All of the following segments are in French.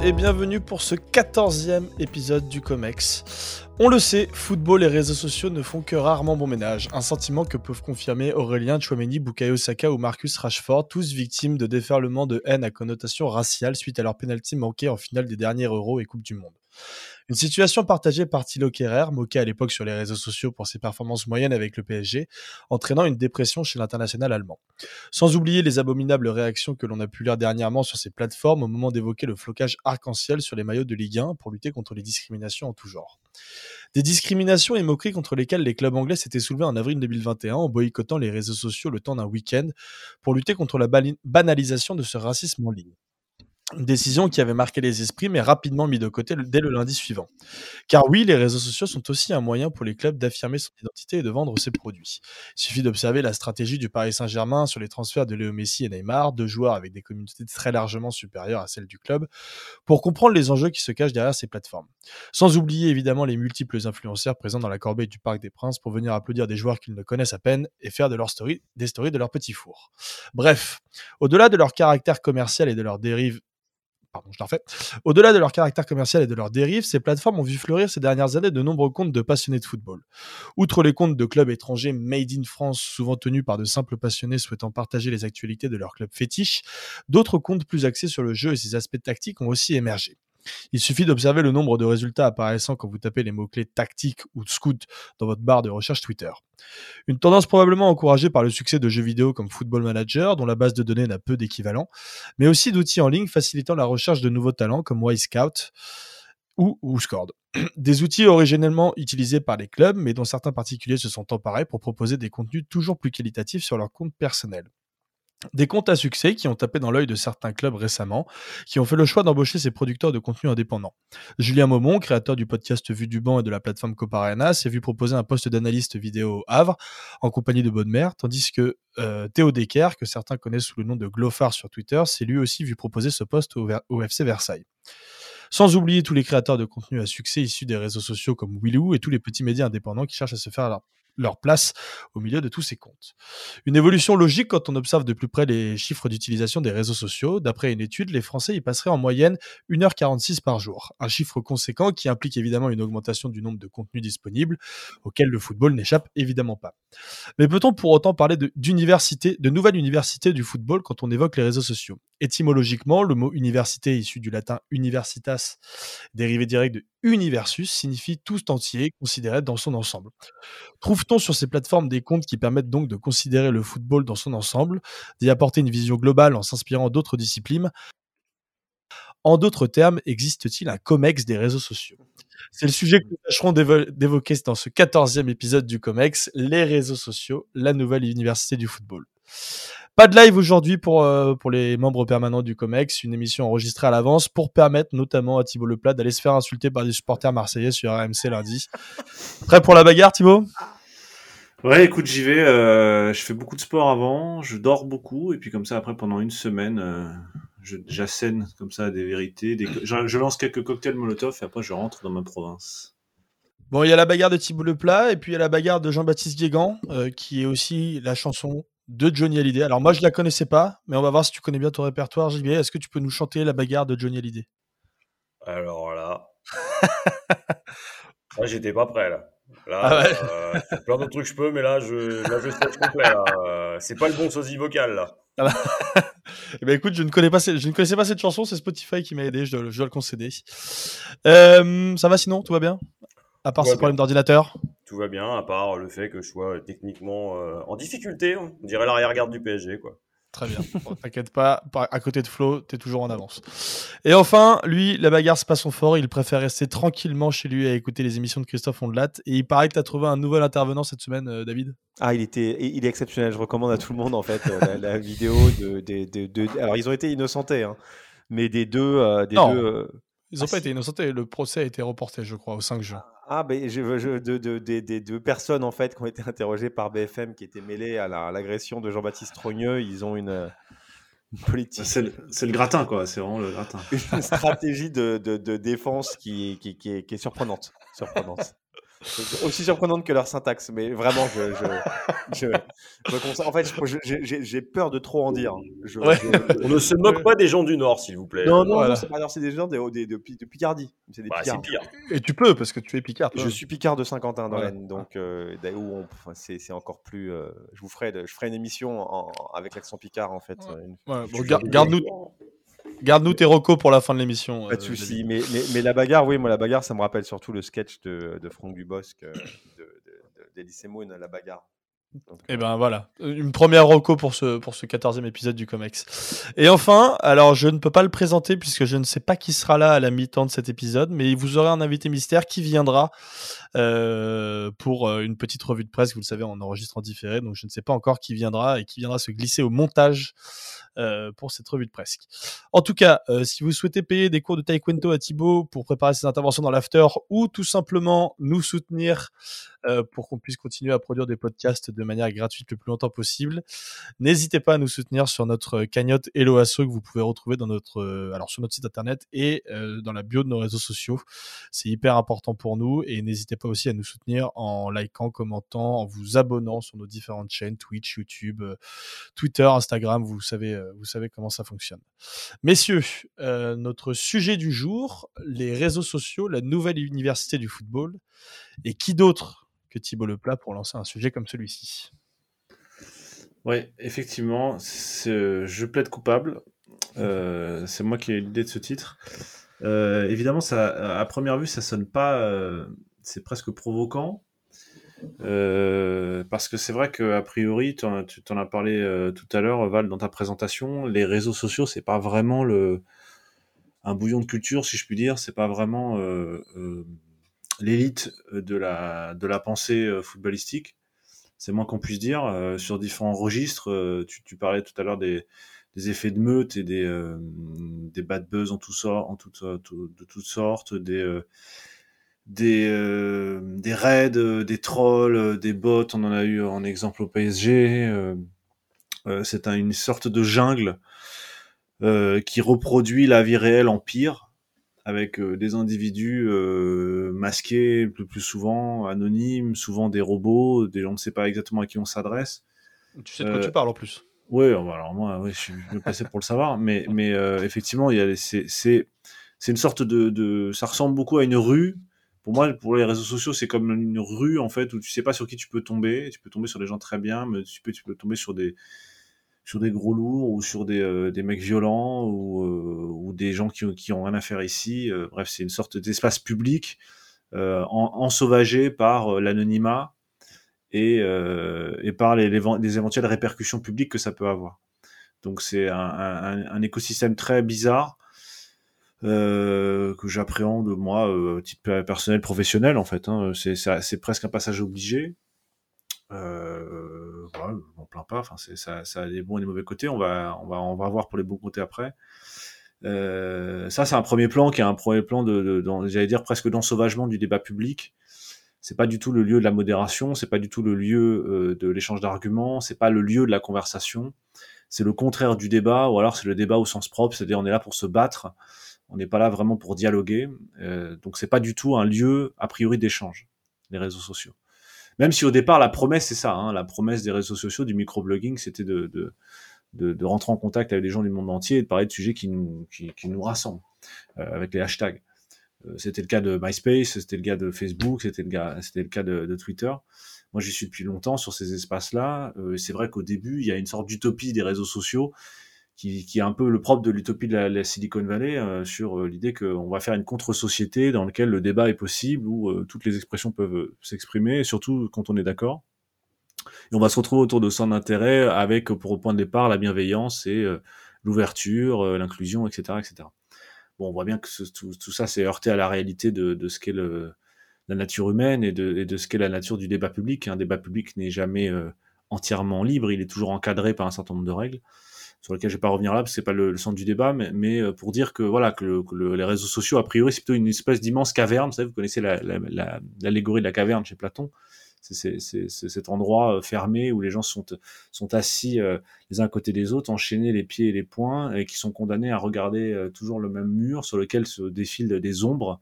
et bienvenue pour ce 14e épisode du Comex. On le sait, football et réseaux sociaux ne font que rarement bon ménage, un sentiment que peuvent confirmer Aurélien Tchouaméni, Bukayo Saka ou Marcus Rashford, tous victimes de déferlements de haine à connotation raciale suite à leur pénalty manqué en finale des derniers Euros et Coupe du Monde. Une situation partagée par Thilo Kehrer, moqué à l'époque sur les réseaux sociaux pour ses performances moyennes avec le PSG, entraînant une dépression chez l'international allemand. Sans oublier les abominables réactions que l'on a pu lire dernièrement sur ces plateformes au moment d'évoquer le flocage arc-en-ciel sur les maillots de Ligue 1 pour lutter contre les discriminations en tout genre. Des discriminations et moqueries contre lesquelles les clubs anglais s'étaient soulevés en avril 2021 en boycottant les réseaux sociaux le temps d'un week-end pour lutter contre la banalisation de ce racisme en ligne. Une décision qui avait marqué les esprits mais rapidement mis de côté dès le lundi suivant. Car oui, les réseaux sociaux sont aussi un moyen pour les clubs d'affirmer son identité et de vendre ses produits. Il suffit d'observer la stratégie du Paris Saint-Germain sur les transferts de Léo Messi et Neymar, deux joueurs avec des communautés très largement supérieures à celles du club, pour comprendre les enjeux qui se cachent derrière ces plateformes. Sans oublier évidemment les multiples influenceurs présents dans la corbeille du Parc des Princes pour venir applaudir des joueurs qu'ils ne connaissent à peine et faire de leur des stories de leur petit four. Bref, au-delà de leur caractère commercial et de leur dérive Au-delà de leur caractère commercial et de leurs dérives, ces plateformes ont vu fleurir ces dernières années de nombreux comptes de passionnés de football. Outre les comptes de clubs étrangers made in France, souvent tenus par de simples passionnés souhaitant partager les actualités de leur club fétiche, d'autres comptes plus axés sur le jeu et ses aspects tactiques ont aussi émergé. Il suffit d'observer le nombre de résultats apparaissant quand vous tapez les mots-clés tactique ou scout dans votre barre de recherche Twitter. Une tendance probablement encouragée par le succès de jeux vidéo comme Football Manager, dont la base de données n'a peu d'équivalent, mais aussi d'outils en ligne facilitant la recherche de nouveaux talents comme Wisecout ou Scored. Des outils originellement utilisés par les clubs, mais dont certains particuliers se sont emparés pour proposer des contenus toujours plus qualitatifs sur leur compte personnel. Des comptes à succès qui ont tapé dans l'œil de certains clubs récemment, qui ont fait le choix d'embaucher ces producteurs de contenu indépendants. Julien Maumont, créateur du podcast Vue du banc et de la plateforme Coparena, s'est vu proposer un poste d'analyste vidéo au Havre, en compagnie de Bodmer, tandis que Théo Decker, que certains connaissent sous le nom de Glofar sur Twitter, s'est lui aussi vu proposer ce poste au FC Versailles. Sans oublier tous les créateurs de contenu à succès issus des réseaux sociaux comme Willou et tous les petits médias indépendants qui cherchent à se faire leur place au milieu de tous ces comptes. Une évolution logique quand on observe de plus près les chiffres d'utilisation des réseaux sociaux. D'après une étude, les Français y passeraient en moyenne 1h46 par jour. Un chiffre conséquent qui implique évidemment une augmentation du nombre de contenus disponibles, auquel le football n'échappe évidemment pas. Mais peut-on pour autant parler de nouvelle université du football quand on évoque les réseaux sociaux ? Étymologiquement, le mot université, issu du latin universitas, dérivé direct de universus, signifie tout entier, considéré dans son ensemble. Trouve-t-on sur ces plateformes des comptes qui permettent donc de considérer le football dans son ensemble, d'y apporter une vision globale en s'inspirant d'autres disciplines ? En d'autres termes, existe-t-il un COMEX des réseaux sociaux ? C'est le sujet que nous tâcherons d'évoquer dans ce 14e épisode du COMEX, les réseaux sociaux, la nouvelle université du football. Pas de live aujourd'hui pour les membres permanents du COMEX, une émission enregistrée à l'avance pour permettre notamment à Thibaut Leplat d'aller se faire insulter par des supporters marseillais sur RMC lundi. Prêt pour la bagarre, Thibaut ? Ouais, écoute, j'y vais. Je fais beaucoup de sport avant, je dors beaucoup, et puis comme ça, après, pendant une semaine, j'assène comme ça des vérités. Je lance quelques cocktails Molotov, et après, je rentre dans ma province. Bon, il y a la bagarre de Thibaut Leplat, et puis il y a la bagarre de Jean-Baptiste Guégan, qui est aussi la chanson de Johnny Hallyday. Alors moi, je la connaissais pas, mais on va voir si tu connais bien ton répertoire, JB. Est-ce que tu peux nous chanter la bagarre de Johnny Hallyday ? Alors là, moi j'étais pas prêt là. Ah ouais. Il y a plein d'autres trucs que je peux, mais là je sèche complet là. C'est pas le bon sosie vocal là. Ah bah. Eh ben écoute, je ne connaissais pas cette chanson, c'est Spotify qui m'a aidé, je dois le concéder. Ça va sinon, tout va bien ? À part Tout va ces problèmes bien. d'ordinateur ? Tout va bien, à part le fait que je sois techniquement en difficulté. On dirait l'arrière-garde du PSG quoi. Très bien. Bon, t'inquiète pas, à côté de Flo, t'es toujours en avance. Et enfin, lui, la bagarre, c'est pas son fort. Il préfère rester tranquillement chez lui à écouter les émissions de Christophe Ondelat. Et il paraît que t'as trouvé un nouvel intervenant cette semaine, David. Ah, il est exceptionnel. Je recommande à tout le monde en fait la vidéo de. Alors, ils ont été innocentés, hein, mais des deux. Non. Ils n'ont pas si. été innocentés. Le procès a été reporté, je crois, au 5 juin. Ah, ben, des deux personnes en fait qui ont été interrogées par BFM qui étaient mêlées à l'agression de Jean-Baptiste Trogneux. Ils ont une politique. C'est le gratin, quoi. C'est vraiment le gratin. Une stratégie de défense qui est surprenante. Aussi surprenante que leur syntaxe, mais vraiment, en fait, j'ai peur de trop en dire. Ouais. On ne se moque pas des gens du Nord, s'il vous plaît. Non, Voilà. c'est pas alors, c'est des gens de Picardie. C'est des Bah, c'est Picards. pire. Et tu peux, parce que tu es Picard. toi. Je suis Picard de Saint-Quentin dans Voilà. l'Aisne, donc enfin, c'est encore plus. Je ferai une émission avec l'accent Picard en fait. Ouais, bon, Je suis garde-nous tes recos pour la fin de l'émission. Pas de souci. Mais la bagarre, oui, moi la bagarre, ça me rappelle surtout le sketch de Franck Dubosc d'Elysée Moon, la bagarre. Donc, Et ben voilà, une première reco pour ce 14e épisode du Comex. Et enfin, alors je ne peux pas le présenter puisque je ne sais pas qui sera là à la mi-temps de cet épisode, mais vous aurez un invité mystère qui viendra pour une petite revue de presse. Vous le savez, on enregistre en différé, donc je ne sais pas encore qui viendra et qui viendra se glisser au montage pour cette revue de presse. En tout cas, si vous souhaitez payer des cours de taekwondo à Thibaut pour préparer ses interventions dans l'after ou tout simplement nous soutenir pour qu'on puisse continuer à produire des podcasts de manière gratuite le plus longtemps possible, n'hésitez pas à nous soutenir sur notre cagnotte Hello Asso que vous pouvez retrouver dans alors sur notre site internet et dans la bio de nos réseaux sociaux. C'est hyper important pour nous et n'hésitez pas aussi à nous soutenir en likant, commentant, en vous abonnant sur nos différentes chaînes Twitch, YouTube, Twitter, Instagram. Vous savez comment ça fonctionne. Messieurs, notre sujet du jour, les réseaux sociaux, la nouvelle université du football. Et qui d'autre que Thibaut Leplat pour lancer un sujet comme celui-ci? Oui, effectivement, je plaide coupable. C'est moi qui ai eu l'idée de ce titre. Évidemment, ça, à première vue, ça sonne pas. C'est presque provoquant. Parce que c'est vrai qu'a priori, tu t'en as parlé tout à l'heure, Val, dans ta présentation, les réseaux sociaux, c'est pas vraiment un bouillon de culture, si je puis dire. C'est pas vraiment l'élite de la pensée footballistique. C'est moins qu'on puisse dire. Sur différents registres, tu parlais tout à l'heure des effets de meute et des bad buzz de toutes sortes, des raids, des trolls, des bots. On en a eu en exemple au PSG. C'est une sorte de jungle qui reproduit la vie réelle en pire, avec des individus masqués le plus souvent, anonymes, souvent des robots, on ne sait pas exactement à qui on s'adresse. Tu sais de quoi tu parles en plus. Oui, alors moi, je suis mieux placé pour le savoir, mais effectivement, c'est une sorte ça ressemble beaucoup à une rue. Pour moi, pour les réseaux sociaux, c'est comme une rue en fait où tu sais pas sur qui tu peux tomber. Tu peux tomber sur des gens très bien, mais tu peux tomber sur des gros lourds ou sur des mecs violents ou des gens qui ont rien à faire ici. Bref, c'est une sorte d'espace public ensauvagé par l'anonymat et par les éventuelles répercussions publiques que ça peut avoir. Donc c'est un écosystème très bizarre que j'appréhende moi à titre personnel, professionnel en fait. Hein. C'est presque un passage obligé. Voilà, je m'en plains pas. Enfin, ça a des bons et des mauvais côtés. On va voir pour les bons côtés après. Ça, c'est un premier plan qui est un premier plan j'allais dire presque d'ensauvagement du débat public. C'est pas du tout le lieu de la modération, c'est pas du tout le lieu de l'échange d'arguments, c'est pas le lieu de la conversation. C'est le contraire du débat, ou alors c'est le débat au sens propre, c'est-à-dire on est là pour se battre, on n'est pas là vraiment pour dialoguer. Donc c'est pas du tout un lieu a priori d'échange, les réseaux sociaux. Même si au départ la promesse c'est ça, hein, la promesse des réseaux sociaux, du microblogging, c'était de rentrer en contact avec les gens du monde entier et de parler de sujets qui nous rassemblent avec les hashtags. C'était le cas de MySpace, c'était le cas de Facebook, c'était le cas de Twitter. Moi, j'y suis depuis longtemps sur ces espaces-là. C'est vrai qu'au début, il y a une sorte d'utopie des réseaux sociaux qui est un peu le propre de l'utopie de la Silicon Valley sur l'idée qu'on va faire une contre-société dans laquelle le débat est possible, où toutes les expressions peuvent s'exprimer, surtout quand on est d'accord. Et on va se retrouver autour de centres d'intérêt avec, pour point de départ, la bienveillance et l'ouverture, l'inclusion, etc., etc. Bon, on voit bien que tout ça s'est heurté à la réalité de ce qu'est la nature humaine et de ce qu'est la nature du débat public. Un débat public n'est jamais entièrement libre, il est toujours encadré par un certain nombre de règles, sur lesquelles je vais pas revenir là, parce que c'est pas le centre du débat, mais pour dire que voilà que les réseaux sociaux, a priori, c'est plutôt une espèce d'immense caverne. Vous savez, vous connaissez l'allégorie de la caverne chez Platon. C'est cet endroit fermé où les gens sont assis les uns à côté des autres, enchaînés les pieds et les poings, et qui sont condamnés à regarder toujours le même mur sur lequel se défilent des ombres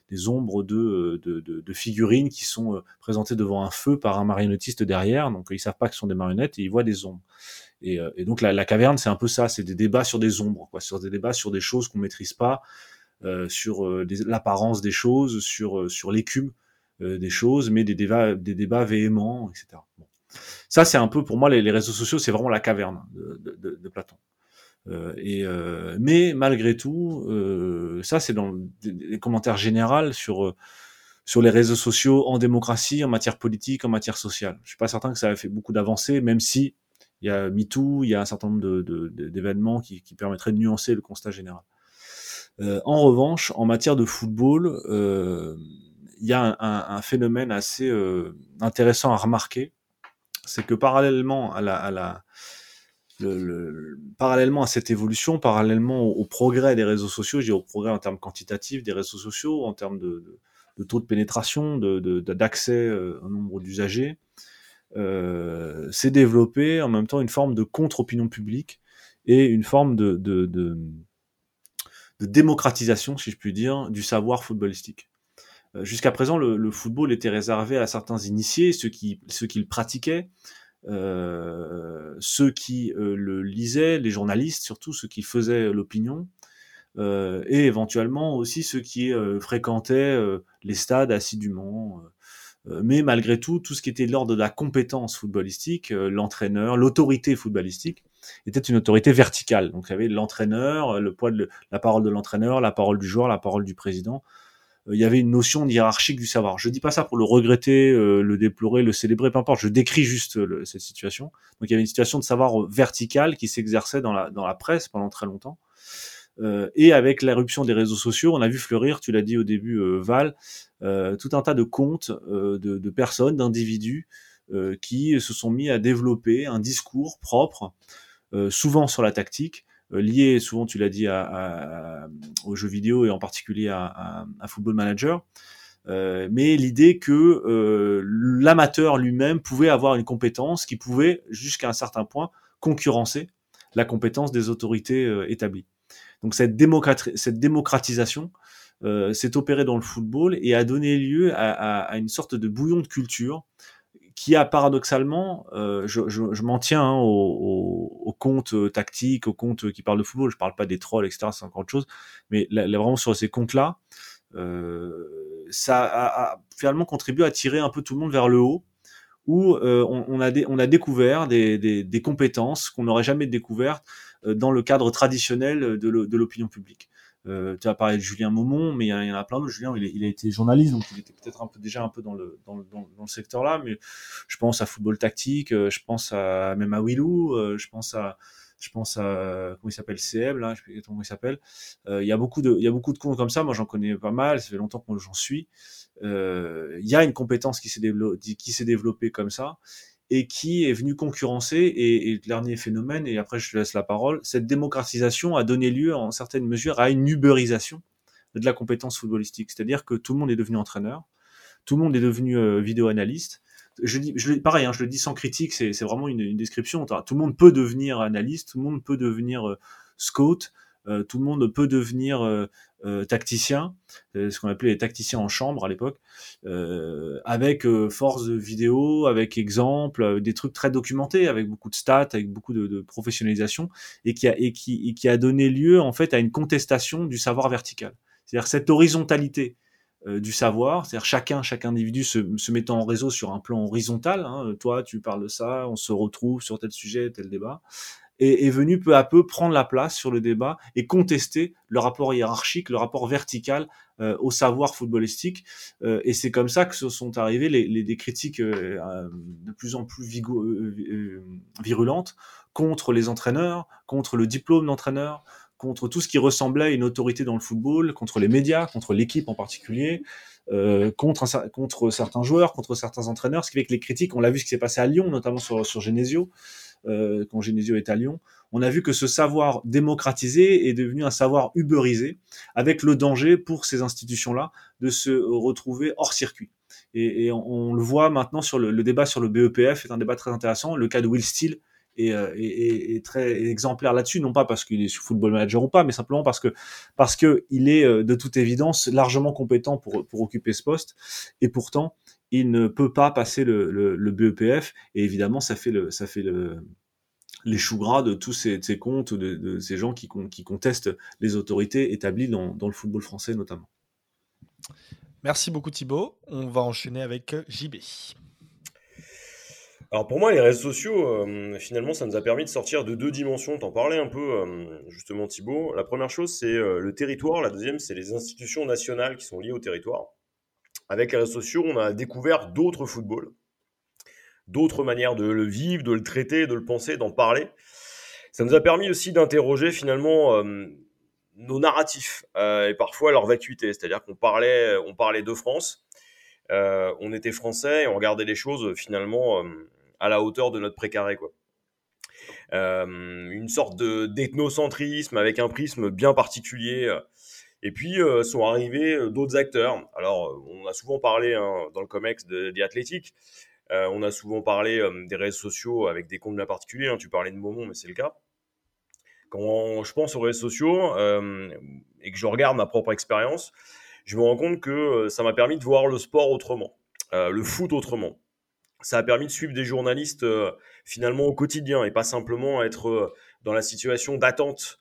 des ombres de figurines qui sont présentées devant un feu par un marionnettiste derrière, donc ils savent pas que ce sont des marionnettes et ils voient des ombres. Et donc la caverne, c'est un peu ça, c'est des débats sur des ombres, quoi, sur des débats sur des choses qu'on maîtrise pas, sur l'apparence des choses, sur l'écume des choses, mais des débats véhéments, etc. Bon. Ça, c'est un peu pour moi les réseaux sociaux, c'est vraiment la caverne de Platon. Mais malgré tout, ça c'est dans les commentaires généraux sur les réseaux sociaux en démocratie, en matière politique, en matière sociale. Je suis pas certain que ça a fait beaucoup d'avancées, même si il y a MeToo, il y a un certain nombre d'événements qui permettraient de nuancer le constat général. En revanche, en matière de football, il y a un phénomène assez intéressant à remarquer, c'est que parallèlement parallèlement à cette évolution, parallèlement au progrès des réseaux sociaux, je dis au progrès en termes quantitatifs des réseaux sociaux, en termes de taux de pénétration, d'accès au nombre d'usagers, s'est développé en même temps une forme de contre-opinion publique et une forme de démocratisation, si je puis dire, du savoir footballistique. Jusqu'à présent, le football était réservé à certains initiés, ceux qui le pratiquaient, ceux qui le lisaient, les journalistes surtout, ceux qui faisaient l'opinion, et éventuellement aussi ceux qui fréquentaient les stades assidûment. Mais malgré tout, tout ce qui était de l'ordre de la compétence footballistique, l'entraîneur, l'autorité footballistique, était une autorité verticale. Donc il y avait l'entraîneur, le poids de la parole de l'entraîneur, la parole du joueur, la parole du président. Il y avait une notion hiérarchique du savoir. Je dis pas ça pour le regretter, le déplorer, le célébrer, peu importe. Je décris juste cette situation. Donc il y avait une situation de savoir vertical qui s'exerçait dans la presse pendant très longtemps. Et avec l'éruption des réseaux sociaux, on a vu fleurir, tu l'as dit au début, Val, tout un tas de comptes de personnes, d'individus qui se sont mis à développer un discours propre, souvent sur la tactique, lié souvent, tu l'as dit, aux jeux vidéo et en particulier à Football Manager. Mais l'idée que l'amateur lui-même pouvait avoir une compétence qui pouvait, jusqu'à un certain point, concurrencer la compétence des autorités établies. Donc cette démocratisation s'est opérée dans le football et a donné lieu à une sorte de bouillon de culture qui a paradoxalement, je m'en tiens aux comptes tactiques, aux comptes qui parlent de football, je parle pas des trolls, etc., c'est encore autre chose, mais là vraiment sur ces comptes-là, ça a finalement contribué à tirer un peu tout le monde vers le haut, où on a découvert des compétences qu'on n'aurait jamais découvertes dans le cadre traditionnel de l'opinion publique. Tu as parlé de Julien Maumont, mais il y en a plein d'autres. Julien, il a été journaliste, donc il était peut-être déjà un peu dans le secteur-là, mais je pense à Football Tactique, je pense même à Willou, je pense à comment il s'appelle, CM, là, je sais pas comment il s'appelle. Il y a beaucoup de comptes comme ça. Moi, j'en connais pas mal. Ça fait longtemps que j'en suis. Il y a une compétence qui s'est développée comme ça et qui est venue concurrencer, et le dernier phénomène, et après je te laisse la parole, cette démocratisation a donné lieu en certaines mesures à une uberisation de la compétence footballistique. C'est-à-dire que tout le monde est devenu entraîneur, tout le monde est devenu vidéo-analyste. Pareil, je le dis sans critique, c'est vraiment une description. Tout le monde peut devenir analyste, tout le monde peut devenir scout, tout le monde peut devenir tacticien, ce qu'on appelait les tacticiens en chambre à l'époque, avec force de vidéo, avec exemple, des trucs très documentés, avec beaucoup de stats, avec beaucoup de professionnalisation, et qui a donné lieu en fait à une contestation du savoir vertical. C'est-à-dire cette horizontalité du savoir, c'est-à-dire chaque individu se mettant en réseau sur un plan horizontal, hein, toi tu parles de ça, on se retrouve sur tel sujet, tel débat, est venu peu à peu prendre la place sur le débat et contester le rapport hiérarchique, le rapport vertical au savoir footballistique. Et c'est comme ça que se sont arrivées des critiques de plus en plus virulentes contre les entraîneurs, contre le diplôme d'entraîneur, contre tout ce qui ressemblait à une autorité dans le football, contre les médias, contre l'équipe en particulier, contre certains joueurs, contre certains entraîneurs, ce qui fait que les critiques, on l'a vu ce qui s'est passé à Lyon, notamment sur Genesio, quand Genesio est à Lyon, on a vu que ce savoir démocratisé est devenu un savoir uberisé, avec le danger pour ces institutions-là de se retrouver hors circuit. Et on le voit maintenant sur le débat sur le BEPF est un débat très intéressant. Le cas de Will Steele est très exemplaire là-dessus, non pas parce qu'il est sur Football Manager ou pas, mais simplement parce que il est de toute évidence largement compétent pour occuper ce poste, et pourtant il ne peut pas passer le BEPF, et évidemment ça fait les choux gras de tous ces comptes, de ces gens qui contestent les autorités établies dans le football français notamment. Merci beaucoup Thibaut. On va enchaîner avec JB. Alors pour moi, les réseaux sociaux, finalement, ça nous a permis de sortir de deux dimensions. T'en parlais un peu, justement, Thibaut. La première chose, c'est le territoire. La deuxième, c'est les institutions nationales qui sont liées au territoire. Avec les réseaux sociaux, on a découvert d'autres footballs, d'autres manières de le vivre, de le traiter, de le penser, d'en parler. Ça nous a permis aussi d'interroger finalement nos narratifs et parfois leur vacuité. C'est-à-dire qu'on parlait de France, on était français et on regardait les choses finalement à la hauteur de notre précaré, quoi. Une sorte d'ethnocentrisme avec un prisme bien particulier. Et puis sont arrivés d'autres acteurs. Alors, on a souvent parlé dans le COMEX des athlétiques. On a souvent parlé des réseaux sociaux avec des comptes bien particuliers. Tu parlais de Momon, mais c'est le cas. Quand je pense aux réseaux sociaux et que je regarde ma propre expérience, je me rends compte que ça m'a permis de voir le sport autrement, le foot autrement. Ça a permis de suivre des journalistes finalement au quotidien et pas simplement être dans la situation d'attente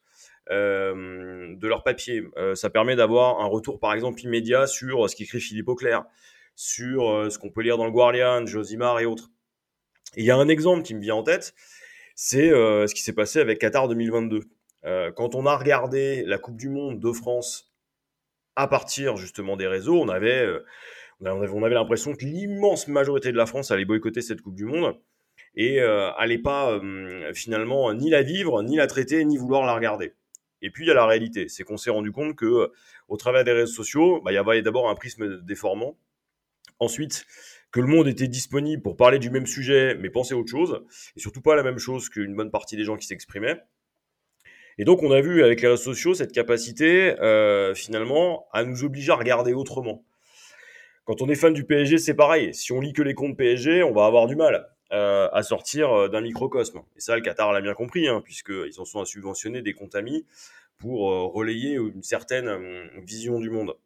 de leur papier. Ça permet d'avoir un retour par exemple immédiat sur ce qu'écrit Philippe Auclair, sur ce qu'on peut lire dans le Guardian, Josimar et autres. Et il y a un exemple qui me vient en tête, c'est ce qui s'est passé avec Qatar 2022. Quand on a regardé la Coupe du Monde de France à partir justement des réseaux, on avait l'impression que l'immense majorité de la France allait boycotter cette Coupe du Monde et allait pas finalement ni la vivre, ni la traiter, ni vouloir la regarder. Et puis il y a la réalité, c'est qu'on s'est rendu compte que au travers des réseaux sociaux, il y avait d'abord un prisme déformant. Ensuite, que le monde était disponible pour parler du même sujet, mais penser autre chose, et surtout pas la même chose qu'une bonne partie des gens qui s'exprimaient. Et donc, on a vu avec les réseaux sociaux cette capacité, finalement, à nous obliger à regarder autrement. Quand on est fan du PSG, c'est pareil. Si on lit que les comptes PSG, on va avoir du mal à sortir d'un microcosme. Et ça, le Qatar l'a bien compris, puisqu'ils en sont à subventionner des comptes amis pour relayer une certaine vision du monde.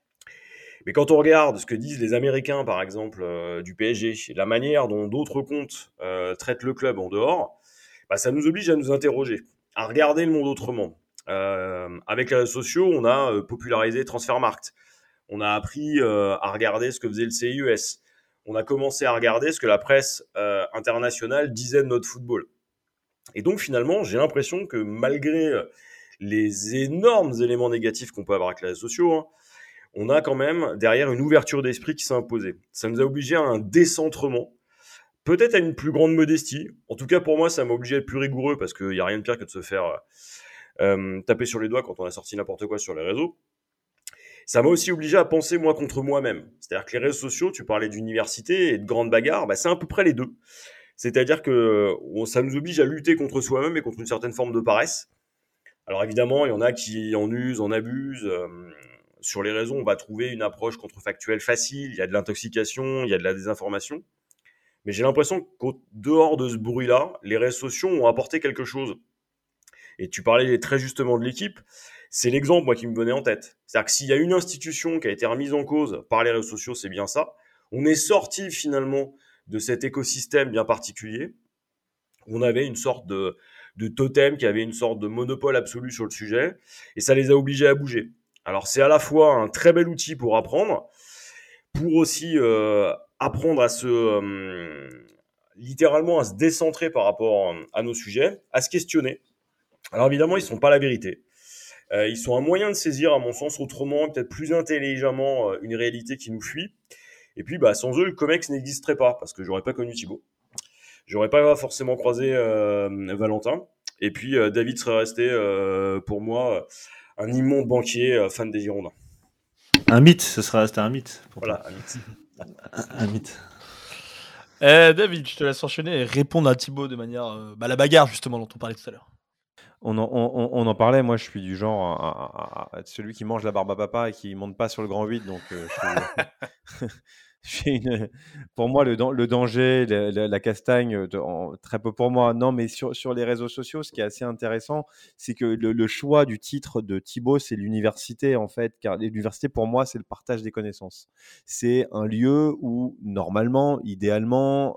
Mais quand on regarde ce que disent les Américains, par exemple, du PSG, la manière dont d'autres comptes traitent le club en dehors, ça nous oblige à nous interroger, à regarder le monde autrement. Avec les réseaux sociaux, on a popularisé Transfermarkt. On a appris à regarder ce que faisait le CIES. On a commencé à regarder ce que la presse internationale disait de notre football. Et donc, finalement, j'ai l'impression que malgré les énormes éléments négatifs qu'on peut avoir avec les réseaux sociaux, on a quand même derrière une ouverture d'esprit qui s'est imposée. Ça nous a obligé à un décentrement, peut-être à une plus grande modestie. En tout cas, pour moi, ça m'a obligé à être plus rigoureux parce qu'il n'y a rien de pire que de se faire taper sur les doigts quand on a sorti n'importe quoi sur les réseaux. Ça m'a aussi obligé à penser moi contre moi-même. C'est-à-dire que les réseaux sociaux, tu parlais d'université et de grandes bagarres, c'est à peu près les deux. C'est-à-dire que ça nous oblige à lutter contre soi-même et contre une certaine forme de paresse. Alors évidemment, il y en a qui en usent, en abusent. Sur les réseaux, on va trouver une approche contrefactuelle facile, il y a de l'intoxication, il y a de la désinformation. Mais j'ai l'impression qu'au dehors de ce bruit-là, les réseaux sociaux ont apporté quelque chose. Et tu parlais très justement de l'équipe, c'est l'exemple moi qui me venait en tête. C'est-à-dire que s'il y a une institution qui a été remise en cause par les réseaux sociaux, c'est bien ça. On est sorti finalement de cet écosystème bien particulier. On avait une sorte de totem qui avait une sorte de monopole absolu sur le sujet, et ça les a obligés à bouger. Alors c'est à la fois un très bel outil pour apprendre, pour aussi apprendre à littéralement à se décentrer par rapport à nos sujets, à se questionner. Alors évidemment, ils ne sont pas la vérité. Ils sont un moyen de saisir, à mon sens, autrement, peut-être plus intelligemment, une réalité qui nous fuit. Et puis, sans eux, le COMEX n'existerait pas, parce que j'aurais pas connu Thibaut. J'aurais pas forcément croisé Valentin. Et puis, David serait resté, pour moi, un immonde banquier fan des Girondins. Un mythe, ce serait resté un mythe. Voilà, un mythe. Un mythe. David, je te laisse enchaîner et répondre à Thibaut de manière... la bagarre, justement, dont on parlait tout à l'heure. On en parlait, moi je suis du genre à celui qui mange la barbe à papa et qui monte pas sur le grand 8, donc Pour moi, le danger, la castagne, très peu pour moi. Non, mais sur les réseaux sociaux, ce qui est assez intéressant, c'est que le choix du titre de Thibaut, c'est l'université, en fait. Car l'université, pour moi, c'est le partage des connaissances. C'est un lieu où, normalement, idéalement,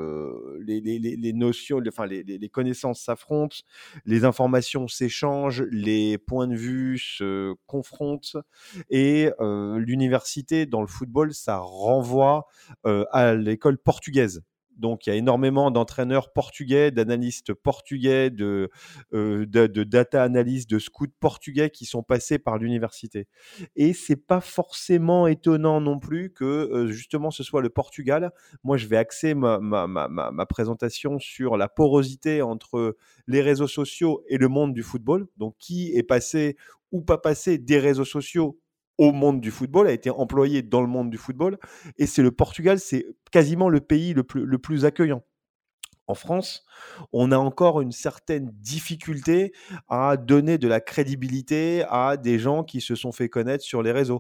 les notions, les connaissances s'affrontent, les informations s'échangent, les points de vue se confrontent. Et l'université, dans le football, ça renvoie à l'école portugaise. Donc, il y a énormément d'entraîneurs portugais, d'analystes portugais, de data analystes, de scouts portugais qui sont passés par l'université. Et c'est pas forcément étonnant non plus que justement ce soit le Portugal. Moi, je vais axer ma présentation sur la porosité entre les réseaux sociaux et le monde du football. Donc, qui est passé ou pas passé des réseaux sociaux au monde du football, a été employé dans le monde du football. Et c'est le Portugal, c'est quasiment le pays le plus accueillant. En France, on a encore une certaine difficulté à donner de la crédibilité à des gens qui se sont fait connaître sur les réseaux.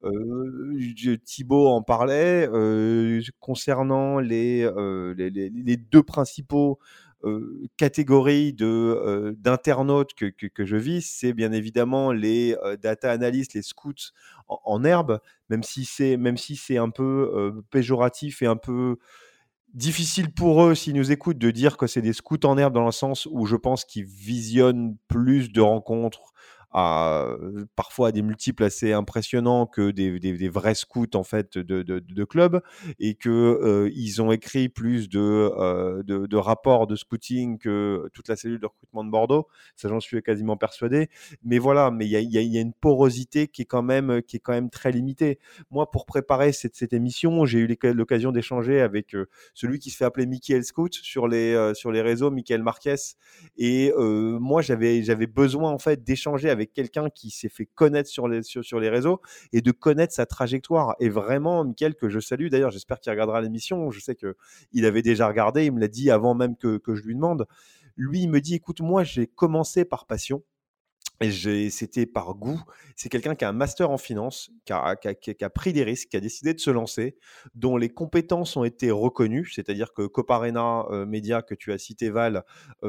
Thibaut en parlait concernant les deux principaux catégories d'internautes que je vis, c'est bien évidemment les data analysts, les scouts en herbe, même si c'est un peu péjoratif et un peu difficile pour eux, s'ils nous écoutent, de dire que c'est des scouts en herbe, dans le sens où je pense qu'ils visionnent plus de rencontres parfois à des multiples assez impressionnants que des vrais scouts en fait de clubs, et que ils ont écrit plus de rapports de scouting que toute la cellule de recrutement de Bordeaux. Ça, j'en suis quasiment persuadé. Mais voilà, mais il y a une porosité qui est quand même très limitée. Moi, pour préparer cette émission, j'ai eu l'occasion d'échanger avec celui qui se fait appeler Michael Scout sur les réseaux, Michael Marquez. Et moi, j'avais besoin en fait d'échanger avec quelqu'un qui s'est fait connaître sur les réseaux et de connaître sa trajectoire. Et vraiment, Michael, que je salue d'ailleurs, j'espère qu'il regardera l'émission. Je sais qu'il avait déjà regardé, il me l'a dit avant même que je lui demande. Lui, il me dit, écoute, moi, j'ai commencé par passion. Et c'était par goût. C'est quelqu'un qui a un master en finance, qui a pris des risques, qui a décidé de se lancer, dont les compétences ont été reconnues. C'est-à-dire que Coparena Media, que tu as cité, Val,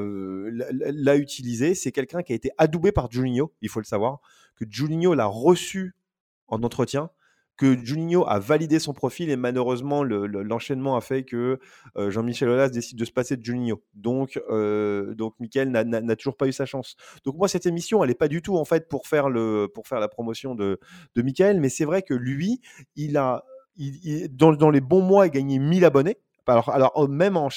l'a utilisé. C'est quelqu'un qui a été adoubé par Juninho, il faut le savoir, que Juninho l'a reçu en entretien, que Juninho a validé son profil, et malheureusement l'enchaînement a fait que Jean-Michel Aulas décide de se passer de Juninho. Donc Mickaël n'a toujours pas eu sa chance. Donc moi, cette émission, elle n'est pas du tout en fait pour faire la promotion de Mickaël, mais c'est vrai que lui, dans les bons mois, il a gagné 1000 abonnés. Alors même en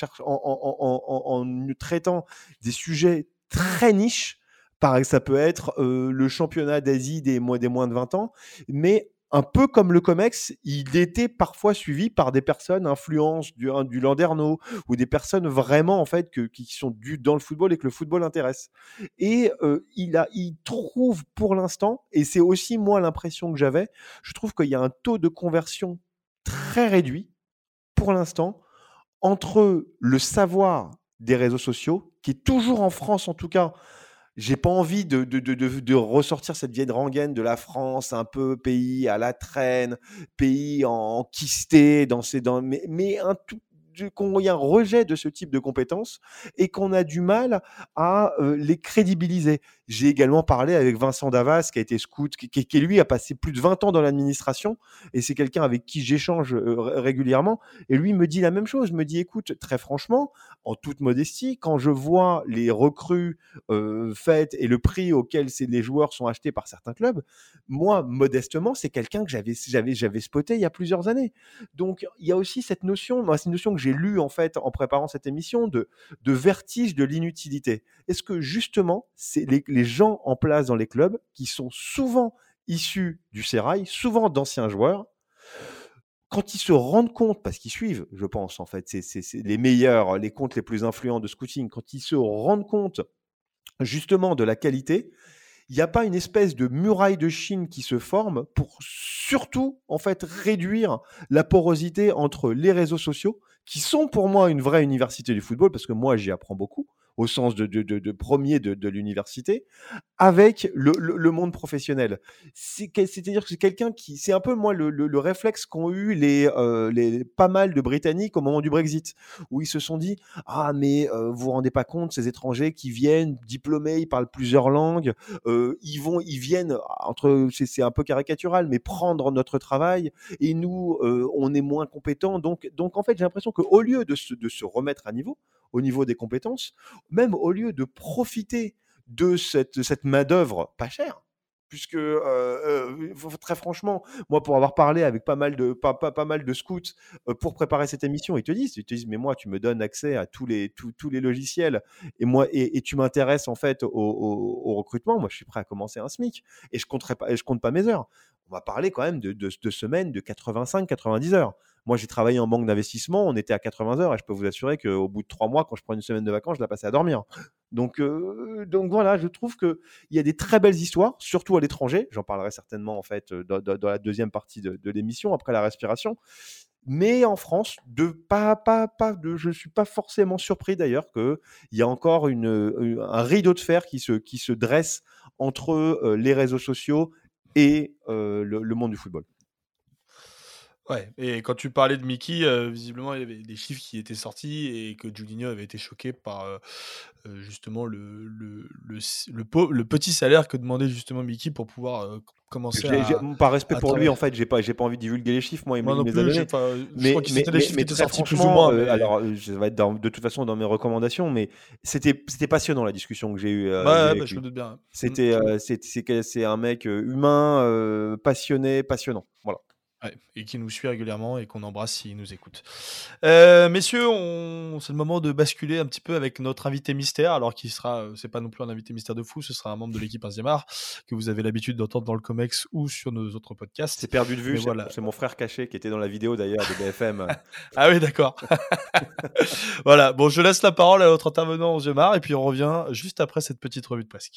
traitant des sujets très niches, pareil, ça peut être le championnat d'Asie des moins de 20 ans, mais un peu comme le COMEX, il était parfois suivi par des personnes influences du Landerneau, ou des personnes vraiment en fait qui sont dans le football et que le football intéresse. Et il trouve pour l'instant, et c'est aussi moi l'impression que j'avais, je trouve qu'il y a un taux de conversion très réduit pour l'instant entre le savoir des réseaux sociaux, qui est toujours en France en tout cas. J'ai pas envie de ressortir cette vieille rengaine de la France, un peu pays à la traîne, pays enquisté mais qu'on y a un rejet de ce type de compétences et qu'on a du mal à les crédibiliser. J'ai également parlé avec Vincent Davas, qui a été scout, qui lui a passé plus de 20 ans dans l'administration, et c'est quelqu'un avec qui j'échange régulièrement, et lui me dit la même chose, me dit, écoute, très franchement, en toute modestie, quand je vois les recrues faites et le prix auquel les joueurs sont achetés par certains clubs, moi, modestement, c'est quelqu'un que j'avais spoté il y a plusieurs années. Donc, il y a aussi cette notion, c'est une notion que j'ai lue en fait en préparant cette émission, de vertige de l'inutilité. Est-ce que justement, c'est les gens en place dans les clubs, qui sont souvent issus du sérail, souvent d'anciens joueurs, quand ils se rendent compte, parce qu'ils suivent, je pense, en fait, c'est les meilleurs, les comptes les plus influents de scouting, quand ils se rendent compte justement de la qualité, il n'y a pas une espèce de muraille de Chine qui se forme pour surtout en fait réduire la porosité entre les réseaux sociaux, qui sont pour moi une vraie université du football, parce que moi j'y apprends beaucoup. au sens de premier de l'université, avec le monde professionnel. C'est-à-dire que c'est quelqu'un qui, c'est un peu moi le réflexe qu'ont eu les pas mal de Britanniques au moment du Brexit, où ils se sont dit ah mais vous vous rendez pas compte, ces étrangers qui viennent diplômés, ils parlent plusieurs langues, ils viennent c'est un peu caricatural, mais prendre notre travail et nous on est moins compétents. Donc en fait j'ai l'impression qu'au lieu de se remettre à niveau, au niveau des compétences, même au lieu de profiter de cette main-d'œuvre pas chère, puisque très franchement, moi pour avoir parlé avec pas mal de scouts pour préparer cette émission, ils te disent mais moi tu me donnes accès à tous les logiciels et tu m'intéresses en fait au recrutement, moi je suis prêt à commencer un SMIC et je compte pas mes heures. On va parler quand même de semaines de 85-90 heures. Moi, j'ai travaillé en banque d'investissement, on était à 80 heures et je peux vous assurer qu'au bout de 3 mois, quand je prends une semaine de vacances, je la passais à dormir. Donc voilà, je trouve qu'il y a des très belles histoires, surtout à l'étranger. J'en parlerai certainement en fait dans la deuxième partie de l'émission, après la respiration. Mais en France, je ne suis pas forcément surpris d'ailleurs qu'il y a encore un rideau de fer qui se dresse entre les réseaux sociaux et le monde du football. Ouais, et quand tu parlais de Mickey, visiblement il y avait des chiffres qui étaient sortis et que Juninho avait été choqué par justement le petit salaire que demandait justement Mickey pour pouvoir commencer Par respect à pour lui, travailler. en fait, j'ai pas envie de divulguer les chiffres, moi, il Moi me non les a plus, donnés. je crois que c'était les chiffres qui étaient très sortis plus ou franchement, moins. Mais... alors ça va être de toute façon dans mes recommandations, mais c'était passionnant la discussion que j'ai eue Ouais, avec je me lui. doute bien. C'est un mec humain, passionné, passionnant. Voilà. Ouais, et qui nous suit régulièrement et qu'on embrasse s'il nous écoute. Messieurs, c'est le moment de basculer un petit peu avec notre invité mystère, alors qui sera, c'est pas non plus un invité mystère de fou, ce sera un membre de l'équipe 1e art que vous avez l'habitude d'entendre dans le Comex ou sur nos autres podcasts. C'est perdu de vue, voilà. C'est mon frère caché qui était dans la vidéo d'ailleurs de BFM. Ah oui, d'accord. Voilà, bon, je laisse la parole à notre intervenant 11e art et puis on revient juste après cette petite revue de presse.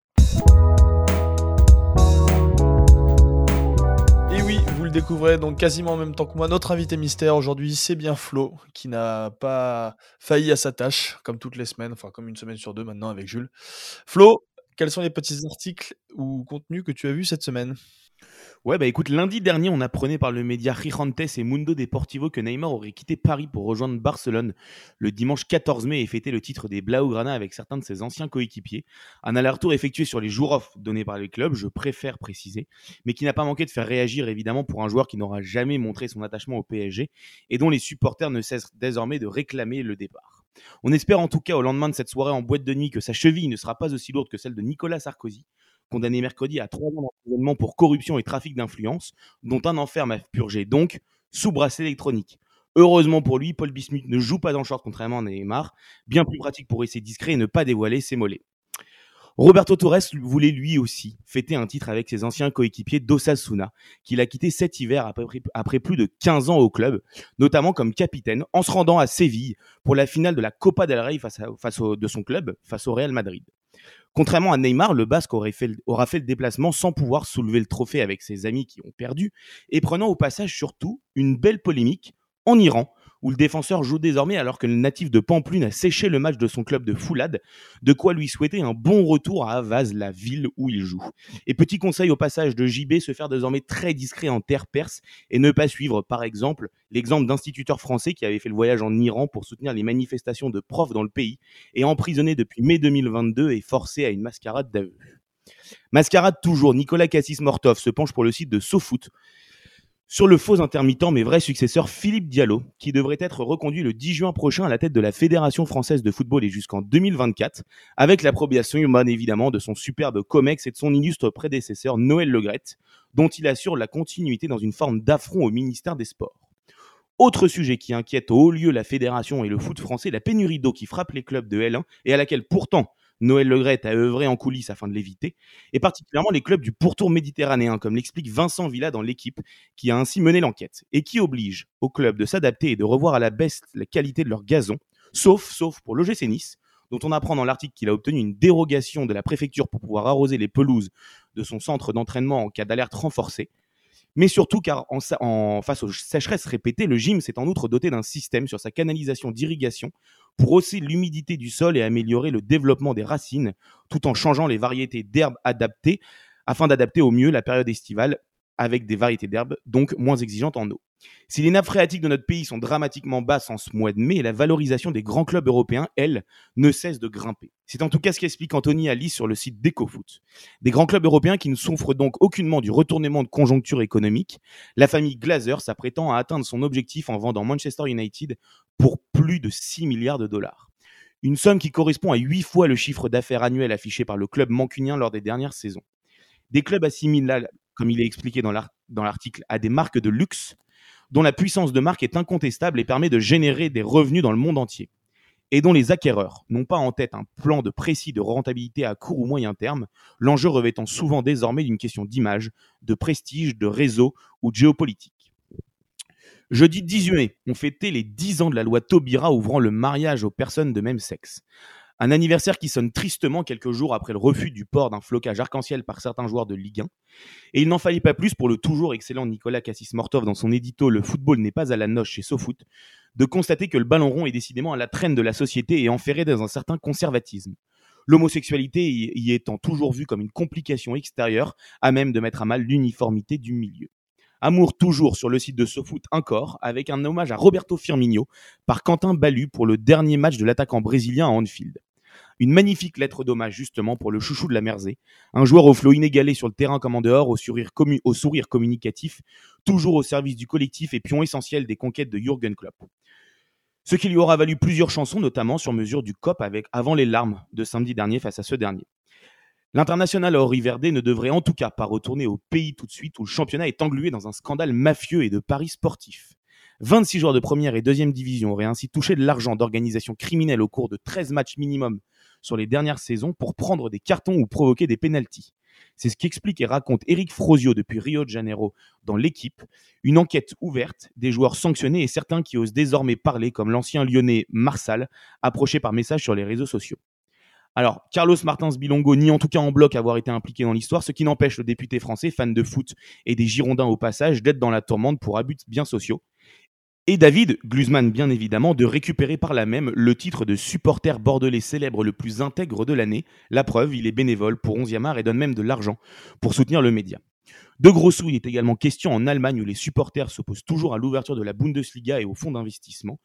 Et oui, vous le découvrez donc quasiment en même temps que moi. Notre invité mystère aujourd'hui, c'est bien Flo, qui n'a pas failli à sa tâche, comme toutes les semaines, enfin comme une semaine sur deux maintenant avec Jules. Flo, quels sont les petits articles ou contenus que tu as vus cette semaine ? Ouais, bah écoute, lundi dernier, on apprenait par le média Gigantes et Mundo Deportivo que Neymar aurait quitté Paris pour rejoindre Barcelone le dimanche 14 mai et fêter le titre des Blaugrana avec certains de ses anciens coéquipiers. Un aller-retour effectué sur les jours off donnés par les clubs, je préfère préciser, mais qui n'a pas manqué de faire réagir évidemment pour un joueur qui n'aura jamais montré son attachement au PSG et dont les supporters ne cessent désormais de réclamer le départ. On espère en tout cas au lendemain de cette soirée en boîte de nuit que sa cheville ne sera pas aussi lourde que celle de Nicolas Sarkozy, condamné mercredi à 3 ans d'emprisonnement pour corruption et trafic d'influence, dont un enferme à purger donc sous bracelet électronique. Heureusement pour lui, Paul Bismuth ne joue pas dans le short contrairement à Neymar, bien plus pratique pour rester discret et ne pas dévoiler ses mollets. Roberto Torres voulait lui aussi fêter un titre avec ses anciens coéquipiers d'Osasuna, qu'il a quitté cet hiver après plus de 15 ans au club, notamment comme capitaine, en se rendant à Séville pour la finale de la Copa del Rey de son club face au Real Madrid. Contrairement à Neymar, le Basque aura fait le déplacement sans pouvoir soulever le trophée avec ses amis qui ont perdu, et prenant au passage surtout une belle polémique en Iran, où le défenseur joue désormais alors que le natif de Pampelune a séché le match de son club de Foulad, de quoi lui souhaiter un bon retour à Avaz, la ville où il joue. Et petit conseil au passage de JB, se faire désormais très discret en terre perse et ne pas suivre par exemple l'exemple d'instituteurs français qui avaient fait le voyage en Iran pour soutenir les manifestations de profs dans le pays et emprisonné depuis mai 2022 et forcé à une mascarade d'aveu. Mascarade toujours, Nicolas Cassis-Mortov se penche pour le site de SoFoot sur le faux intermittent mais vrai successeur Philippe Diallo, qui devrait être reconduit le 10 juin prochain à la tête de la Fédération française de football et jusqu'en 2024, avec l'approbation humaine évidemment de son superbe COMEX et de son illustre prédécesseur Noël Le Graët, dont il assure la continuité dans une forme d'affront au ministère des Sports. Autre sujet qui inquiète au haut lieu la fédération et le foot français, la pénurie d'eau qui frappe les clubs de L1 et à laquelle pourtant Noël Le Graët a œuvré en coulisses afin de l'éviter, et particulièrement les clubs du pourtour méditerranéen, comme l'explique Vincent Villa dans l'équipe, qui a ainsi mené l'enquête, et qui oblige aux clubs de s'adapter et de revoir à la baisse la qualité de leur gazon, sauf pour l'OGC Nice, dont on apprend dans l'article qu'il a obtenu une dérogation de la préfecture pour pouvoir arroser les pelouses de son centre d'entraînement en cas d'alerte renforcée. Mais surtout car face aux sécheresses répétées, le gym s'est en outre doté d'un système sur sa canalisation d'irrigation pour hausser l'humidité du sol et améliorer le développement des racines, tout en changeant les variétés d'herbes adaptées afin d'adapter au mieux la période estivale avec des variétés d'herbes donc moins exigeantes en eau. Si les nappes phréatiques de notre pays sont dramatiquement basses en ce mois de mai, la valorisation des grands clubs européens, elle, ne cesse de grimper. C'est en tout cas ce qu'explique Anthony Alice sur le site d'EcoFoot. Des grands clubs européens qui ne souffrent donc aucunement du retournement de conjoncture économique, la famille Glazer s'apprêtant à atteindre son objectif en vendant Manchester United pour plus de 6 milliards de dollars. Une somme qui correspond à 8 fois le chiffre d'affaires annuel affiché par le club mancunien lors des dernières saisons. Des clubs assimilables, comme il est expliqué dans l'article, à des marques de luxe, dont la puissance de marque est incontestable et permet de générer des revenus dans le monde entier, et dont les acquéreurs n'ont pas en tête un plan de précis de rentabilité à court ou moyen terme, l'enjeu revêtant souvent désormais d'une question d'image, de prestige, de réseau ou de géopolitique. Jeudi 18 mai, on fêtait les 10 ans de la loi Taubira ouvrant le mariage aux personnes de même sexe. Un anniversaire qui sonne tristement quelques jours après le refus du port d'un flocage arc-en-ciel par certains joueurs de Ligue 1. Et il n'en fallait pas plus pour le toujours excellent Nicolas Cassis-Mortov dans son édito « Le football n'est pas à la noce chez SoFoot » de constater que le ballon rond est décidément à la traîne de la société et enferré dans un certain conservatisme. L'homosexualité y étant toujours vue comme une complication extérieure à même de mettre à mal l'uniformité du milieu. Amour toujours sur le site de SoFoot encore, avec un hommage à Roberto Firmino par Quentin Ballu pour le dernier match de l'attaquant brésilien à Anfield. Une magnifique lettre d'hommage justement pour le chouchou de la Mersey, un joueur au flot inégalé sur le terrain comme en dehors, au sourire communicatif, toujours au service du collectif et pion essentiel des conquêtes de Jürgen Klopp. Ce qui lui aura valu plusieurs chansons, notamment sur mesure du COP avec Avant les larmes de samedi dernier face à ce dernier. L'international à Henri Verdé ne devrait en tout cas pas retourner au pays tout de suite où le championnat est englué dans un scandale mafieux et de paris sportifs. 26 joueurs de première et deuxième division auraient ainsi touché de l'argent d'organisations criminelles au cours de 13 matchs minimum sur les dernières saisons pour prendre des cartons ou provoquer des pénaltys. C'est ce qu'explique et raconte Eric Frosio depuis Rio de Janeiro dans L'Équipe, une enquête ouverte, des joueurs sanctionnés et certains qui osent désormais parler comme l'ancien lyonnais Marsal, approché par message sur les réseaux sociaux. Alors, Carlos Martins Bilongo nie en tout cas en bloc avoir été impliqué dans l'histoire, ce qui n'empêche le député français, fan de foot et des Girondins au passage, d'être dans la tourmente pour abus bien sociaux. Et David Glusman, bien évidemment, de récouérer par là même le titre de supporter bordelais célèbre le plus intègre de l'année. La preuve, il est bénévole pour 11e art et donne même de l'argent pour soutenir le média. De gros sous, il est également question en Allemagne où les supporters s'opposent toujours à l'ouverture de la Bundesliga et au fonds d'investissement,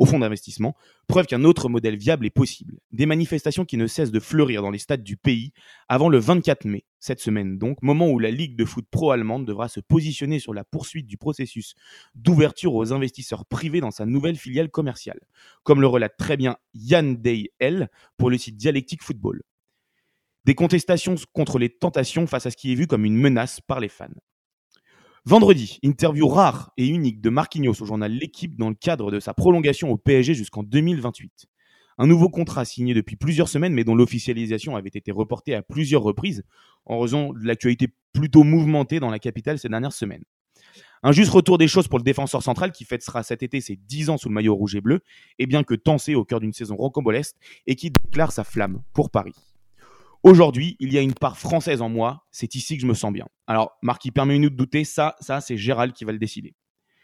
preuve qu'un autre modèle viable est possible. Des manifestations qui ne cessent de fleurir dans les stades du pays avant le 24 mai, cette semaine donc, moment où la Ligue de foot pro-allemande devra se positionner sur la poursuite du processus d'ouverture aux investisseurs privés dans sa nouvelle filiale commerciale, comme le relate très bien Jan Dey-L pour le site Dialectique Football. Des contestations contre les tentations face à ce qui est vu comme une menace par les fans. Vendredi, interview rare et unique de Marquinhos au journal L'Équipe dans le cadre de sa prolongation au PSG jusqu'en 2028. Un nouveau contrat signé depuis plusieurs semaines mais dont l'officialisation avait été reportée à plusieurs reprises en raison de l'actualité plutôt mouvementée dans la capitale ces dernières semaines. Un juste retour des choses pour le défenseur central qui fêtera cet été ses 10 ans sous le maillot rouge et bleu et bien que tensé au cœur d'une saison rocambolesque et qui déclare sa flamme pour Paris. Aujourd'hui, il y a une part française en moi, c'est ici que je me sens bien. Alors, Marc, permet-nous de douter, ça c'est Gérald qui va le décider.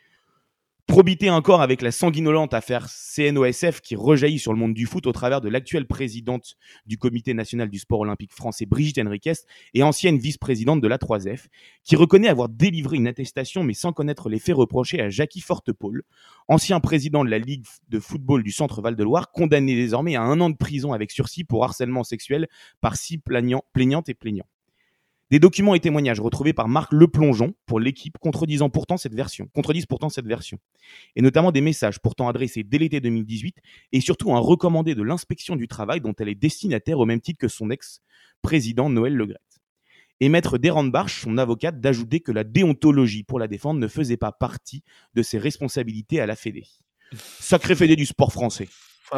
Probité encore avec la sanguinolente affaire CNOSF qui rejaillit sur le monde du foot au travers de l'actuelle présidente du Comité national du sport olympique français Brigitte Henriquez et ancienne vice-présidente de la 3F, qui reconnaît avoir délivré une attestation mais sans connaître les faits reprochés à Jackie Fortepaul, ancien président de la Ligue de football du Centre Val-de-Loire, condamné désormais à 1 an de prison avec sursis pour harcèlement sexuel par 6 plaignantes et plaignants. Des documents et témoignages retrouvés par Marc Leplongeon pour L'Équipe contredisent pourtant cette version. Et notamment des messages pourtant adressés dès l'été 2018 et surtout un recommandé de l'inspection du travail dont elle est destinataire au même titre que son ex-président Noël Le Graët. Et maître Derenbarch, son avocate, d'ajouter que la déontologie pour la défendre ne faisait pas partie de ses responsabilités à la Fédé. Sacré Fédé du sport français.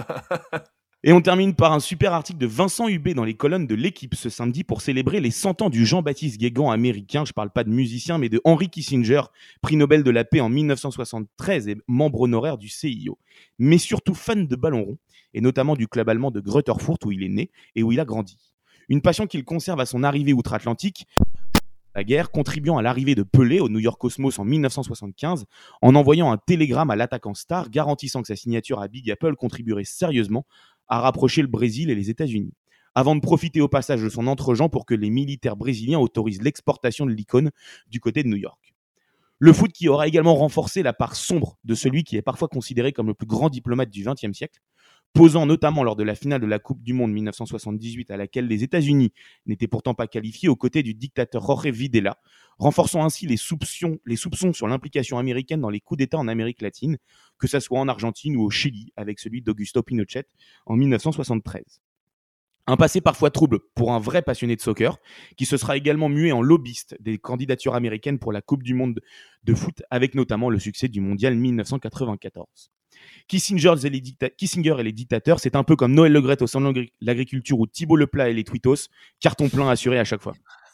Et on termine par un super article de Vincent Hubé dans les colonnes de L'Équipe ce samedi pour célébrer les 100 ans du Jean-Baptiste Guégan américain. Je ne parle pas de musicien, mais de Henry Kissinger, prix Nobel de la paix en 1973 et membre honoraire du CIO. Mais surtout fan de ballon rond, et notamment du club allemand de Grutterfurt où il est né et où il a grandi. Une passion qu'il conserve à son arrivée outre-Atlantique la guerre, contribuant à l'arrivée de Pelé au New York Cosmos en 1975 en envoyant un télégramme à l'attaquant star garantissant que sa signature à Big Apple contribuerait sérieusement à rapprocher le Brésil et les États-Unis, avant de profiter au passage de son entre-gens pour que les militaires brésiliens autorisent l'exportation de l'icône du côté de New York. Le foot qui aura également renforcé la part sombre de celui qui est parfois considéré comme le plus grand diplomate du XXe siècle, posant notamment lors de la finale de la Coupe du Monde 1978 à laquelle les États-Unis n'étaient pourtant pas qualifiés aux côtés du dictateur Jorge Videla, renforçant ainsi les soupçons sur l'implication américaine dans les coups d'État en Amérique latine, que ce soit en Argentine ou au Chili avec celui d'Augusto Pinochet en 1973. Un passé parfois trouble pour un vrai passionné de soccer, qui se sera également mué en lobbyiste des candidatures américaines pour la Coupe du Monde de foot, avec notamment le succès du Mondial 1994. Kissinger et les dictateurs, c'est un peu comme Noël Le Graët au salon de l'agriculture ou Thibault Leplat et les Twittos, carton plein assuré à chaque fois.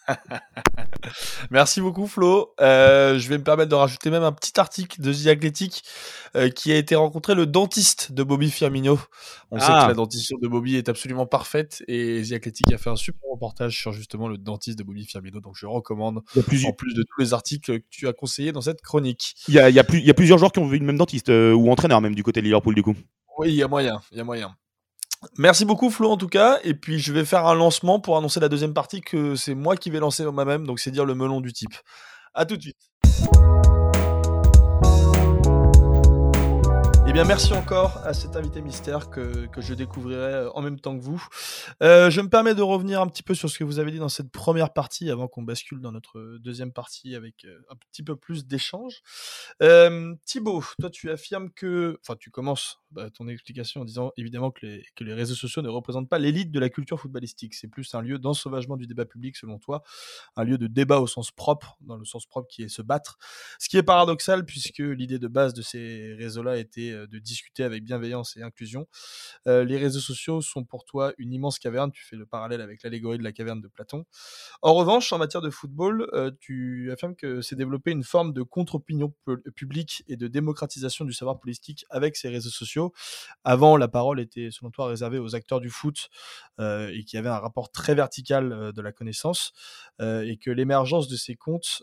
Merci beaucoup Flo. Je vais me permettre de rajouter même un petit article de The Athletic qui a été rencontré le dentiste de Bobby Firmino. On sait que la dentition de Bobby est absolument parfaite et The Athletic a fait un super reportage sur justement le dentiste de Bobby Firmino. Donc je recommande en plus de tous les articles que tu as conseillés dans cette chronique. Il y a plusieurs joueurs qui ont vu le même dentiste ou entraîneur même du côté de Liverpool du coup. Oui, il y a moyen. Merci beaucoup Flo en tout cas, et puis je vais faire un lancement pour annoncer la deuxième partie que c'est moi qui vais lancer moi-même, donc c'est dire le melon du type. À tout de suite. Eh bien, merci encore à cet invité mystère que je découvrirai en même temps que vous. Je me permets de revenir un petit peu sur ce que vous avez dit dans cette première partie avant qu'on bascule dans notre deuxième partie avec un petit peu plus d'échanges. Thibaut, toi tu affirmes que... Enfin, tu commences ton explication en disant évidemment que les réseaux sociaux ne représentent pas l'élite de la culture footballistique. C'est plus un lieu d'ensauvagement du débat public selon toi, un lieu de débat au sens propre, dans le sens propre qui est se battre. Ce qui est paradoxal puisque l'idée de base de ces réseaux-là était de discuter avec bienveillance et inclusion. Les réseaux sociaux sont pour toi une immense caverne, tu fais le parallèle avec l'allégorie de la caverne de Platon. En revanche, en matière de football, tu affirmes que c'est développé une forme de contre-opinion publique et de démocratisation du savoir politique avec ces réseaux sociaux. Avant, la parole était, selon toi, réservée aux acteurs du foot et qui avaient un rapport très vertical de la connaissance et que l'émergence de ces comptes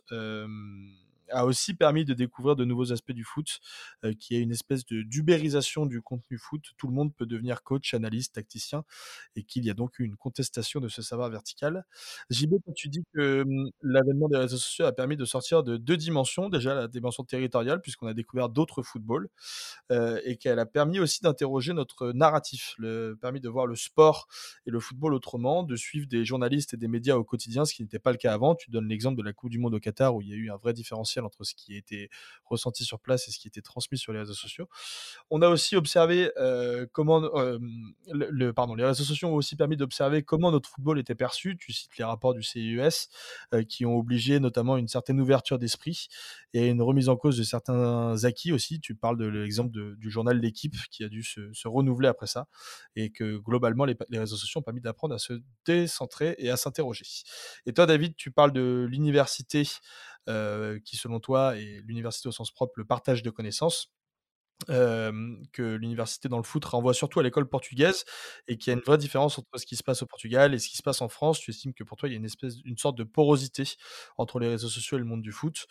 a aussi permis de découvrir de nouveaux aspects du foot, qui est une espèce d'ubérisation du contenu foot. Tout le monde peut devenir coach, analyste, tacticien, et qu'il y a donc une contestation de ce savoir vertical. JB, quand tu dis que l'avènement des réseaux sociaux a permis de sortir de deux dimensions, déjà la dimension territoriale, puisqu'on a découvert d'autres footballs, et qu'elle a permis aussi d'interroger notre narratif, permis de voir le sport et le football autrement, de suivre des journalistes et des médias au quotidien, ce qui n'était pas le cas avant. Tu donnes l'exemple de la Coupe du Monde au Qatar, où il y a eu un vrai différentiel entre ce qui a été ressenti sur place et ce qui était transmis sur les réseaux sociaux. On a aussi observé comment les réseaux sociaux ont aussi permis d'observer comment notre football était perçu. Tu cites les rapports du CIES qui ont obligé notamment une certaine ouverture d'esprit et une remise en cause de certains acquis aussi. Tu parles de l'exemple du journal L'Équipe qui a dû se renouveler après ça et que globalement les réseaux sociaux ont permis d'apprendre à se décentrer et à s'interroger. Et toi David, tu parles de l'université qui selon toi est l'université au sens propre, le partage de connaissances. Que l'université dans le foot renvoie surtout à l'école portugaise et qu'il y a une vraie différence entre ce qui se passe au Portugal et ce qui se passe en France. Tu estimes que pour toi, il y a une sorte de porosité entre les réseaux sociaux et le monde du foot,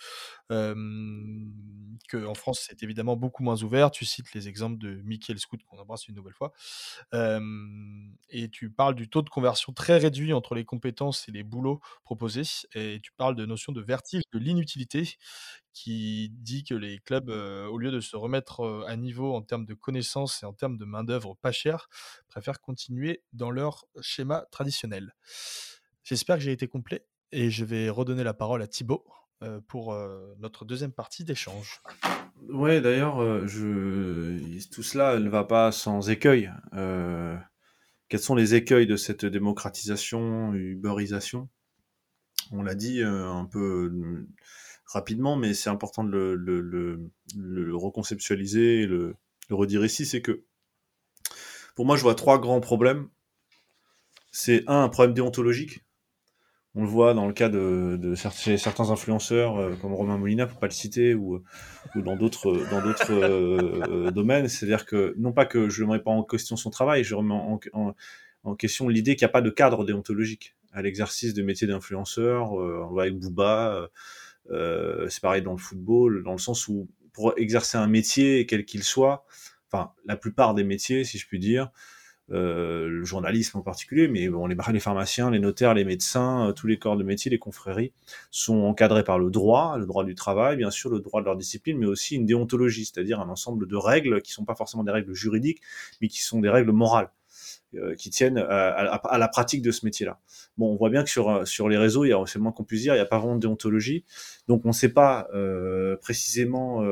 qu'en France, c'est évidemment beaucoup moins ouvert. Tu cites les exemples de Michael Scout, qu'on embrasse une nouvelle fois. Et tu parles du taux de conversion très réduit entre les compétences et les boulots proposés. Et tu parles de notion de vertige de l'inutilité qui dit que les clubs, au lieu de se remettre à niveau en termes de connaissances et en termes de main-d'œuvre pas chère, préfèrent continuer dans leur schéma traditionnel. J'espère que j'ai été complet et je vais redonner la parole à Thibaut pour notre deuxième partie d'échange. Ouais, d'ailleurs, tout cela ne va pas sans écueil. Quels sont les écueils de cette démocratisation, uberisation ? On l'a dit un peu rapidement, mais c'est important de le reconceptualiser et le redire ici, c'est que pour moi, je vois trois grands problèmes. C'est un problème déontologique. On le voit dans le cas de certains influenceurs comme Romain Molina, pour pas le citer, ou dans d'autres domaines. C'est-à-dire que, non pas que je ne remets pas en question son travail, je remets en question l'idée qu'il n'y a pas de cadre déontologique. à l'exercice de métier d'influenceur. On le voit avec Booba. C'est pareil dans le football, dans le sens où pour exercer un métier, quel qu'il soit, enfin la plupart des métiers, si je puis dire, le journalisme en particulier, mais bon, les pharmaciens, les notaires, les médecins, tous les corps de métier, les confréries, sont encadrés par le droit du travail, bien sûr, le droit de leur discipline, mais aussi une déontologie, c'est-à-dire un ensemble de règles qui sont pas forcément des règles juridiques, mais qui sont des règles morales, qui tiennent à la pratique de ce métier-là. Bon, on voit bien que sur les réseaux, c'est le moins qu'on puisse dire, il n'y a pas vraiment de déontologie, donc on ne sait pas précisément...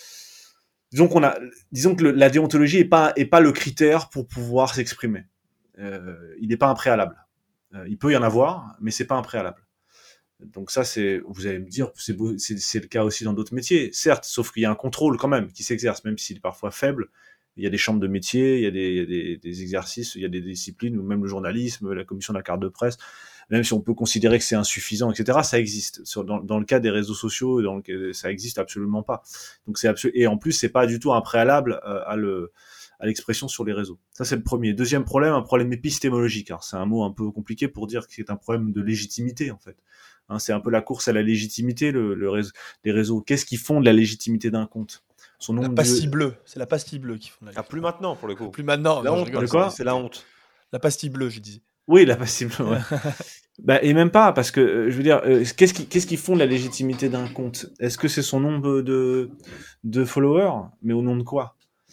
Disons que la déontologie est pas le critère pour pouvoir s'exprimer. Il n'est pas un préalable. Il peut y en avoir, mais c'est pas un préalable. Donc ça, vous allez me dire, c'est le cas aussi dans d'autres métiers, certes, sauf qu'il y a un contrôle quand même qui s'exerce, même s'il est parfois faible. Il y a des chambres de métier, il y a des exercices, il y a des disciplines, ou même le journalisme, la commission de la carte de presse, même si on peut considérer que c'est insuffisant, etc., ça existe. Dans le cas des réseaux sociaux, ça existe absolument pas. Donc et en plus, c'est pas du tout un préalable à l'expression sur les réseaux. Ça, c'est le premier. Deuxième problème, un problème épistémologique. Alors, c'est un mot un peu compliqué pour dire que c'est un problème de légitimité, en fait. Hein, c'est un peu la course à la légitimité, les réseaux. Qu'est-ce qui fonde la légitimité d'un compte? La pastille bleue. C'est la pastille bleue qui fonde la plus maintenant, pour le coup. Plus maintenant. La honte, c'est la honte. La pastille bleue, je disais. Oui, la pastille bleue, ouais. Et même pas, parce que, je veux dire, qu'est-ce qui fonde la légitimité d'un compte? Est-ce que c'est son nombre de followers? Mais au nom de quoi?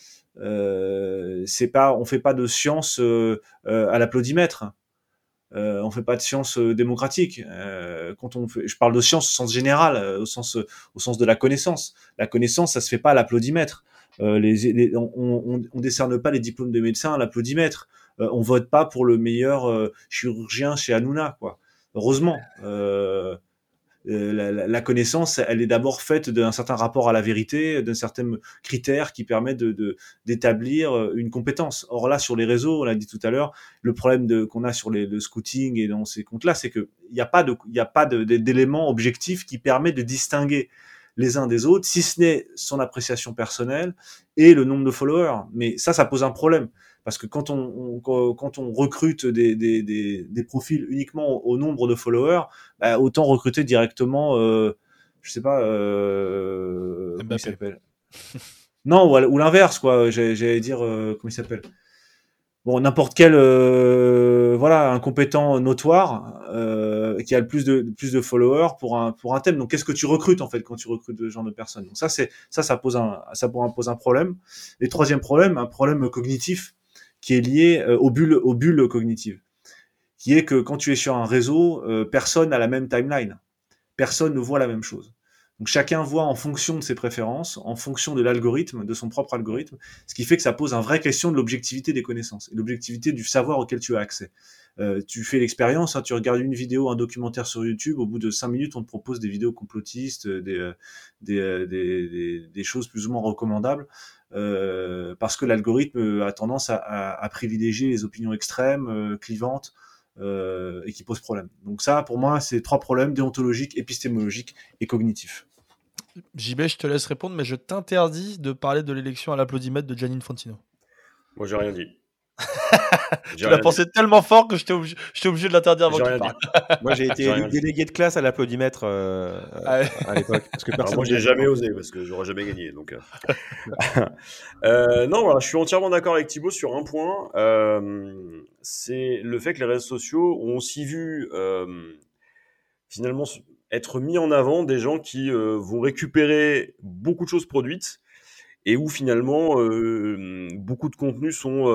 On fait pas de science à l'applaudimètre. On fait pas de science démocratique. Je parle de science au sens général, au sens de la connaissance. La connaissance, ça se fait pas à l'applaudimètre. On décerne pas les diplômes de médecins à l'applaudimètre. On vote pas pour le meilleur chirurgien chez Hanouna, quoi. Heureusement. La connaissance, elle est d'abord faite d'un certain rapport à la vérité, d'un certain critère qui permet d'établir une compétence. Or là, sur les réseaux, on l'a dit tout à l'heure, le problème qu'on a sur le scouting et dans ces comptes-là, c'est que il n'y a pas d'élément objectif qui permet de distinguer les uns des autres, si ce n'est son appréciation personnelle et le nombre de followers. Mais ça pose un problème. Parce que quand on recrute des profils uniquement au nombre de followers, bah, autant recruter directement, je sais pas, comment il s'appelle? Non, ou l'inverse, quoi. J'allais dire, comment il s'appelle? Bon, n'importe quel, incompétent notoire qui a le plus de followers pour un thème. Donc, qu'est-ce que tu recrutes en fait quand tu recrutes ce genre de personnes? Donc ça pose un problème. Et troisième problème, un problème cognitif qui est lié aux bulles cognitives, qui est que quand tu es sur un réseau, personne n'a la même timeline, personne ne voit la même chose. Donc chacun voit en fonction de ses préférences, en fonction de l'algorithme, de son propre algorithme, ce qui fait que ça pose une vraie question de l'objectivité des connaissances, et l'objectivité du savoir auquel tu as accès. Tu fais l'expérience, hein, tu regardes une vidéo, un documentaire sur YouTube, au bout de 5 minutes, on te propose des vidéos complotistes, des choses plus ou moins recommandables, parce que l'algorithme a tendance à privilégier les opinions extrêmes, clivantes, et qui posent problème. Donc ça, pour moi, c'est 3 problèmes déontologiques, épistémologiques et cognitifs. JB, je te laisse répondre, mais je t'interdis de parler de l'élection à l'applaudimètre de Gianni Infantino. Moi, j'ai rien dit. Tu l'as pensé tellement fort que j'étais obligé de l'interdire avant qu'il parle. Moi, j'ai été délégué de classe à l'applaudimètre à l'époque. Parce que personne. Moi, j'ai jamais osé parce que j'aurais jamais gagné. Donc, non, voilà, je suis entièrement d'accord avec Thibaut sur un point. C'est le fait que les réseaux sociaux ont aussi vu finalement être mis en avant des gens qui vont récupérer beaucoup de choses produites et où finalement beaucoup de contenus sont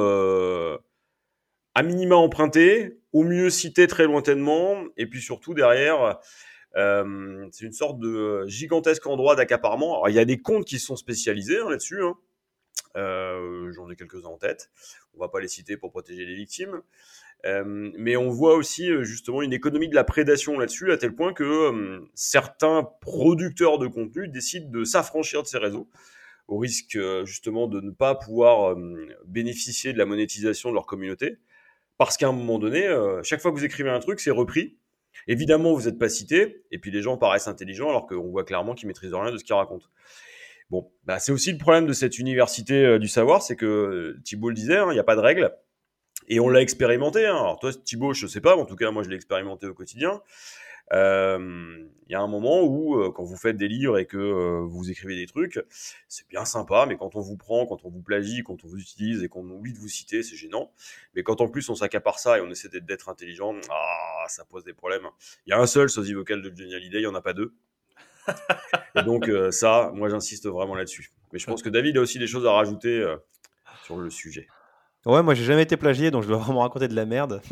à minima empruntés, au mieux cités très lointainement, et puis surtout derrière, c'est une sorte de gigantesque endroit d'accaparement. Alors il y a des comptes qui sont spécialisés là-dessus, hein. J'en ai quelques-uns en tête, on va pas les citer pour protéger les victimes. Mais on voit aussi justement une économie de la prédation là-dessus, à tel point que certains producteurs de contenu décident de s'affranchir de ces réseaux, au risque justement de ne pas pouvoir bénéficier de la monétisation de leur communauté, parce qu'à un moment donné, chaque fois que vous écrivez un truc, c'est repris. Évidemment, vous n'êtes pas cité, et puis les gens paraissent intelligents, alors qu'on voit clairement qu'ils maîtrisent rien de ce qu'ils racontent. Bon, bah, c'est aussi le problème de cette université du savoir, c'est que Thibault le disait, il n'y a pas de règles. Et on l'a expérimenté. Hein. Alors toi, Thibaut, je sais pas, mais en tout cas, moi, je l'ai expérimenté au quotidien. Il y a un moment où, quand vous faites des livres et que vous écrivez des trucs, c'est bien sympa, mais quand on vous prend, quand on vous plagie, quand on vous utilise et qu'on oublie de vous citer, c'est gênant. Mais quand en plus on s'accapare ça et on essaie d'être intelligent, ça pose des problèmes. Il y a un seul sosie vocal de Johnny Hallyday, il n'y en a pas deux. Et donc ça, moi j'insiste vraiment là-dessus. Mais je pense que David a aussi des choses à rajouter sur le sujet. Ouais, moi j'ai jamais été plagié, donc je dois vraiment raconter de la merde.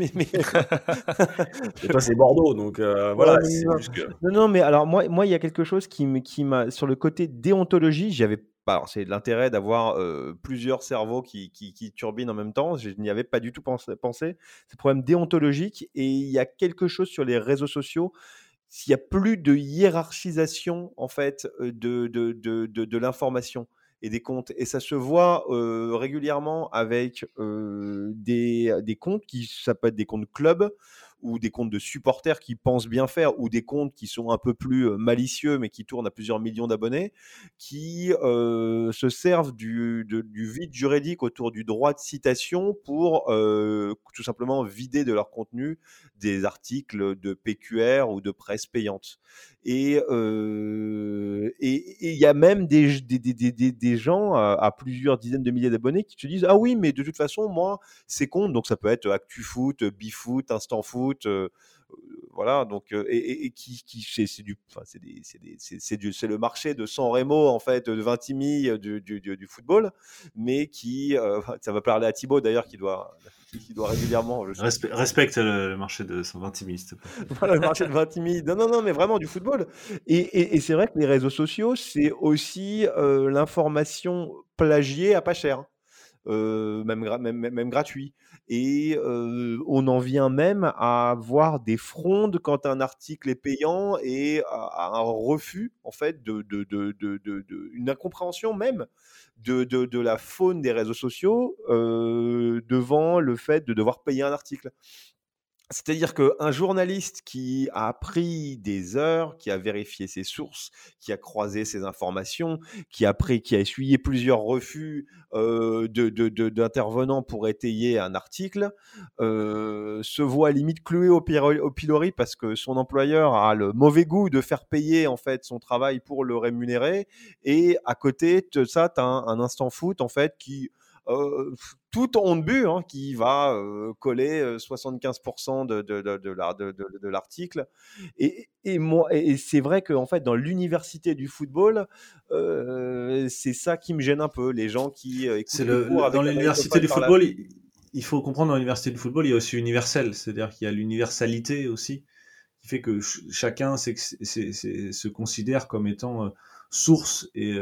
Et toi c'est Bordeaux, donc voilà. Ouais, C'est non. juste que... Non, mais alors moi il y a quelque chose qui m'a sur le côté déontologie, j'avais pas. Alors, c'est l'intérêt d'avoir plusieurs cerveaux qui turbinent en même temps. Je n'y avais pas du tout pensé. C'est un problème déontologique et il y a quelque chose sur les réseaux sociaux. S'il y a plus de hiérarchisation en fait de l'information et des comptes, et ça se voit régulièrement avec des comptes ça peut être des comptes club ou des comptes de supporters qui pensent bien faire, ou des comptes qui sont un peu plus malicieux mais qui tournent à plusieurs millions d'abonnés, qui se servent du vide juridique autour du droit de citation pour tout simplement vider de leur contenu des articles de PQR ou de presse payante. Et il y a même des gens à plusieurs dizaines de milliers d'abonnés qui te disent ah oui, mais de toute façon moi ces comptes, donc ça peut être ActuFoot, BeFoot, Instant Foot, voilà, donc et qui c'est le marché de San Remo en fait, de Vintimille du football, mais qui ça va parler à Thibaut d'ailleurs qui doit régulièrement respecte le marché de 120 s'il te plaît. Voilà, le marché de Vintimille. Non, mais vraiment du football. Et c'est vrai que les réseaux sociaux, c'est aussi l'information plagiée à pas cher. Même gratuit. Et on en vient même à voir des frondes quand un article est payant et à un refus, en fait, une incompréhension même de la faune des réseaux sociaux devant le fait de devoir payer un article. C'est-à-dire qu'un journaliste qui a pris des heures, qui a vérifié ses sources, qui a croisé ses informations, qui a essuyé plusieurs refus d'intervenants pour étayer un article, se voit limite cloué au pilori parce que son employeur a le mauvais goût de faire payer en fait son travail pour le rémunérer. Et à côté de ça, tu as un Instant Foot en fait qui tout honte bu, hein, qui va coller 75% de l'article. Et c'est vrai que en fait, dans l'université du football, c'est ça qui me gêne un peu. Les gens qui écoutent dans l'université du football, il faut comprendre, dans l'université du football, il y a aussi universel, c'est-à-dire qu'il y a l'universalité aussi, qui fait que chacun se considère comme étant source et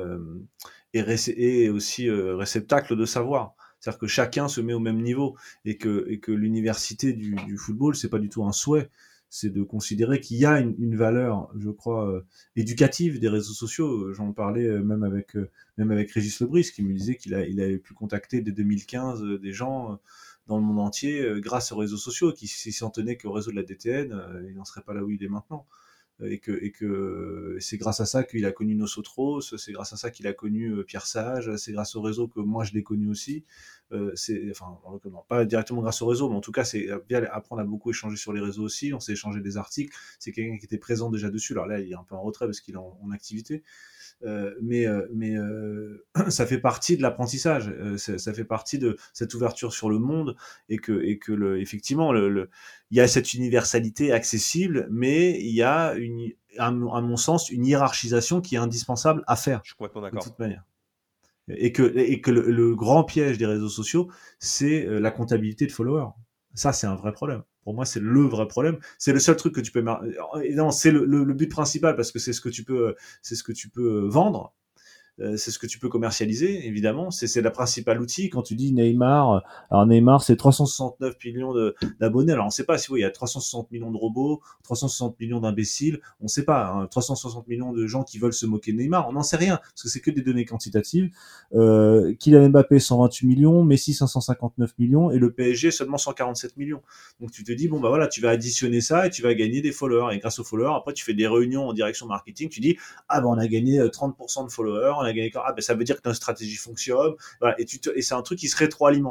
aussi réceptacle de savoir. C'est-à-dire que chacun se met au même niveau et que l'université du football, c'est pas du tout un souhait, c'est de considérer qu'il y a une valeur, je crois, éducative des réseaux sociaux. J'en parlais même avec Régis Lebris, qui me disait qu'il avait pu contacter dès 2015 des gens dans le monde entier grâce aux réseaux sociaux, qui s'il s'en tenait qu'au réseau de la DTN, il n'en serait pas là où il est maintenant. Et que c'est grâce à ça qu'il a connu Nosotros, c'est grâce à ça qu'il a connu Pierre Sage, c'est grâce au réseau que moi je l'ai connu aussi. Non, pas directement grâce au réseau, mais en tout cas, après on a beaucoup échangé sur les réseaux aussi, on s'est échangé des articles, c'est quelqu'un qui était présent déjà dessus, alors là il est un peu en retrait parce qu'il est en activité. Mais ça fait partie de l'apprentissage, ça fait partie de cette ouverture sur le monde, et que effectivement il y a cette universalité accessible, mais il y a à mon sens une hiérarchisation qui est indispensable à faire. Je suis complètement d'accord. De toute manière. Et que le grand piège des réseaux sociaux, c'est la comptabilité de followers. Ça, c'est un vrai problème. Pour moi, c'est le vrai problème. C'est le seul truc que tu peux... Non, c'est le but principal, parce que c'est ce que tu peux vendre. C'est ce que tu peux commercialiser, évidemment. C'est la principale outil. Quand tu dis Neymar, alors Neymar, c'est 369 millions d'abonnés. Alors, on ne sait pas si il y a 360 millions de robots, 360 millions d'imbéciles. On ne sait pas. Hein, 360 millions de gens qui veulent se moquer de Neymar. On n'en sait rien, parce que c'est que des données quantitatives. Kylian Mbappé, 128 millions, Messi, 559 millions, et le PSG, seulement 147 millions. Donc, tu te dis, bon, bah voilà, tu vas additionner ça et tu vas gagner des followers. Et grâce aux followers, après, tu fais des réunions en direction marketing. Tu dis, ah, bah, on a gagné 30% de followers, ça veut dire que notre stratégie fonctionne, voilà, et c'est un truc qui se rétroalimente.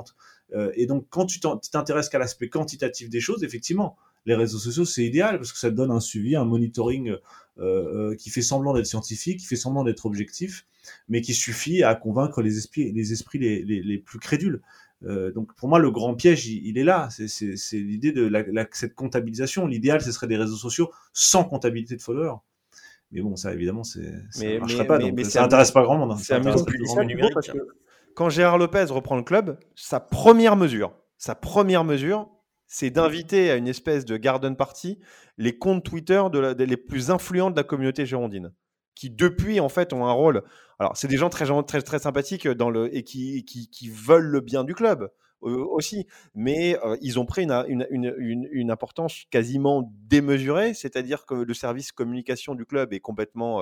Et donc, quand tu t'intéresses qu'à l'aspect quantitatif des choses, effectivement, les réseaux sociaux, c'est idéal parce que ça te donne un suivi, un monitoring qui fait semblant d'être scientifique, qui fait semblant d'être objectif, mais qui suffit à convaincre les esprits les plus crédules. Donc pour moi, le grand piège, il est là. C'est l'idée de cette comptabilisation. L'idéal, ce serait des réseaux sociaux sans comptabilité de followers. Mais bon, ça, évidemment, ça ne marcherait pas. Donc, ça n'intéresse pas grand monde. C'est amusant que tu dises ça, numérique. parce que quand Gérard Lopez reprend le club, sa première mesure, c'est d'inviter à une espèce de garden party les comptes Twitter les plus influents de la communauté girondine, qui depuis en fait ont un rôle. Alors c'est des gens très très sympathiques et qui veulent le bien du club aussi, mais ils ont pris une importance quasiment démesurée, c'est-à-dire que le service communication du club est complètement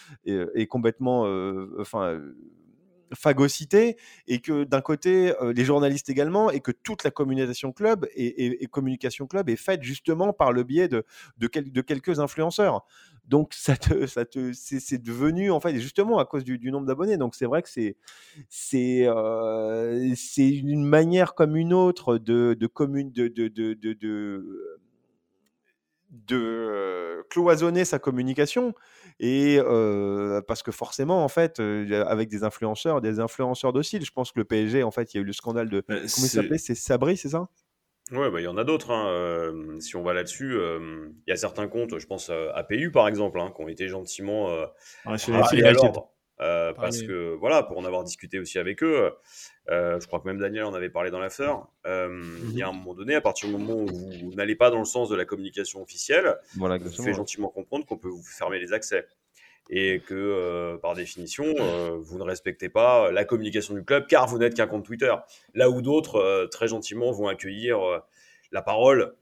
phagocyté, et que d'un côté les journalistes également, et que toute la communication club est faite justement par le biais de quelques influenceurs. Donc c'est devenu en fait justement à cause du nombre d'abonnés. Donc c'est vrai que c'est une manière comme une autre de cloisonner sa communication, et parce que forcément en fait avec des influenceurs dociles. Je pense que le PSG, en fait, il y a eu le scandale de comment il s'appelait, c'est Sabri, c'est ça? Ouais, bah, il y en a d'autres, hein. Si on va là-dessus, il y a certains comptes, je pense à PU par exemple, hein, qui ont été gentiment rappelés à l'ordre. Parce que voilà, pour en avoir discuté aussi avec eux, je crois que même Daniel en avait parlé dans l'after. Il y a un moment donné, à partir du moment où vous n'allez pas dans le sens de la communication officielle, voilà, vous fait gentiment comprendre qu'on peut vous fermer les accès. Et que par définition, vous ne respectez pas la communication du club car vous n'êtes qu'un compte Twitter. Là où d'autres, très gentiment, vont accueillir la parole,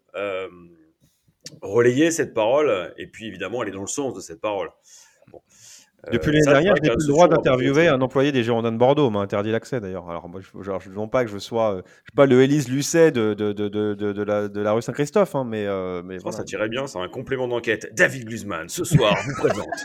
relayer cette parole, et puis évidemment aller dans le sens de cette parole. Bon. Depuis l'année dernière, je n'ai plus le droit d'interviewer un employé des Girondins de Bordeaux. On m'a interdit l'accès d'ailleurs. Alors moi, je ne veux pas que je sois, pas le Élise Lucet de la rue Saint-Christophe, hein, mais voilà. Ça tirait bien, c'est un complément d'enquête. David Glusman, ce soir, vous présente.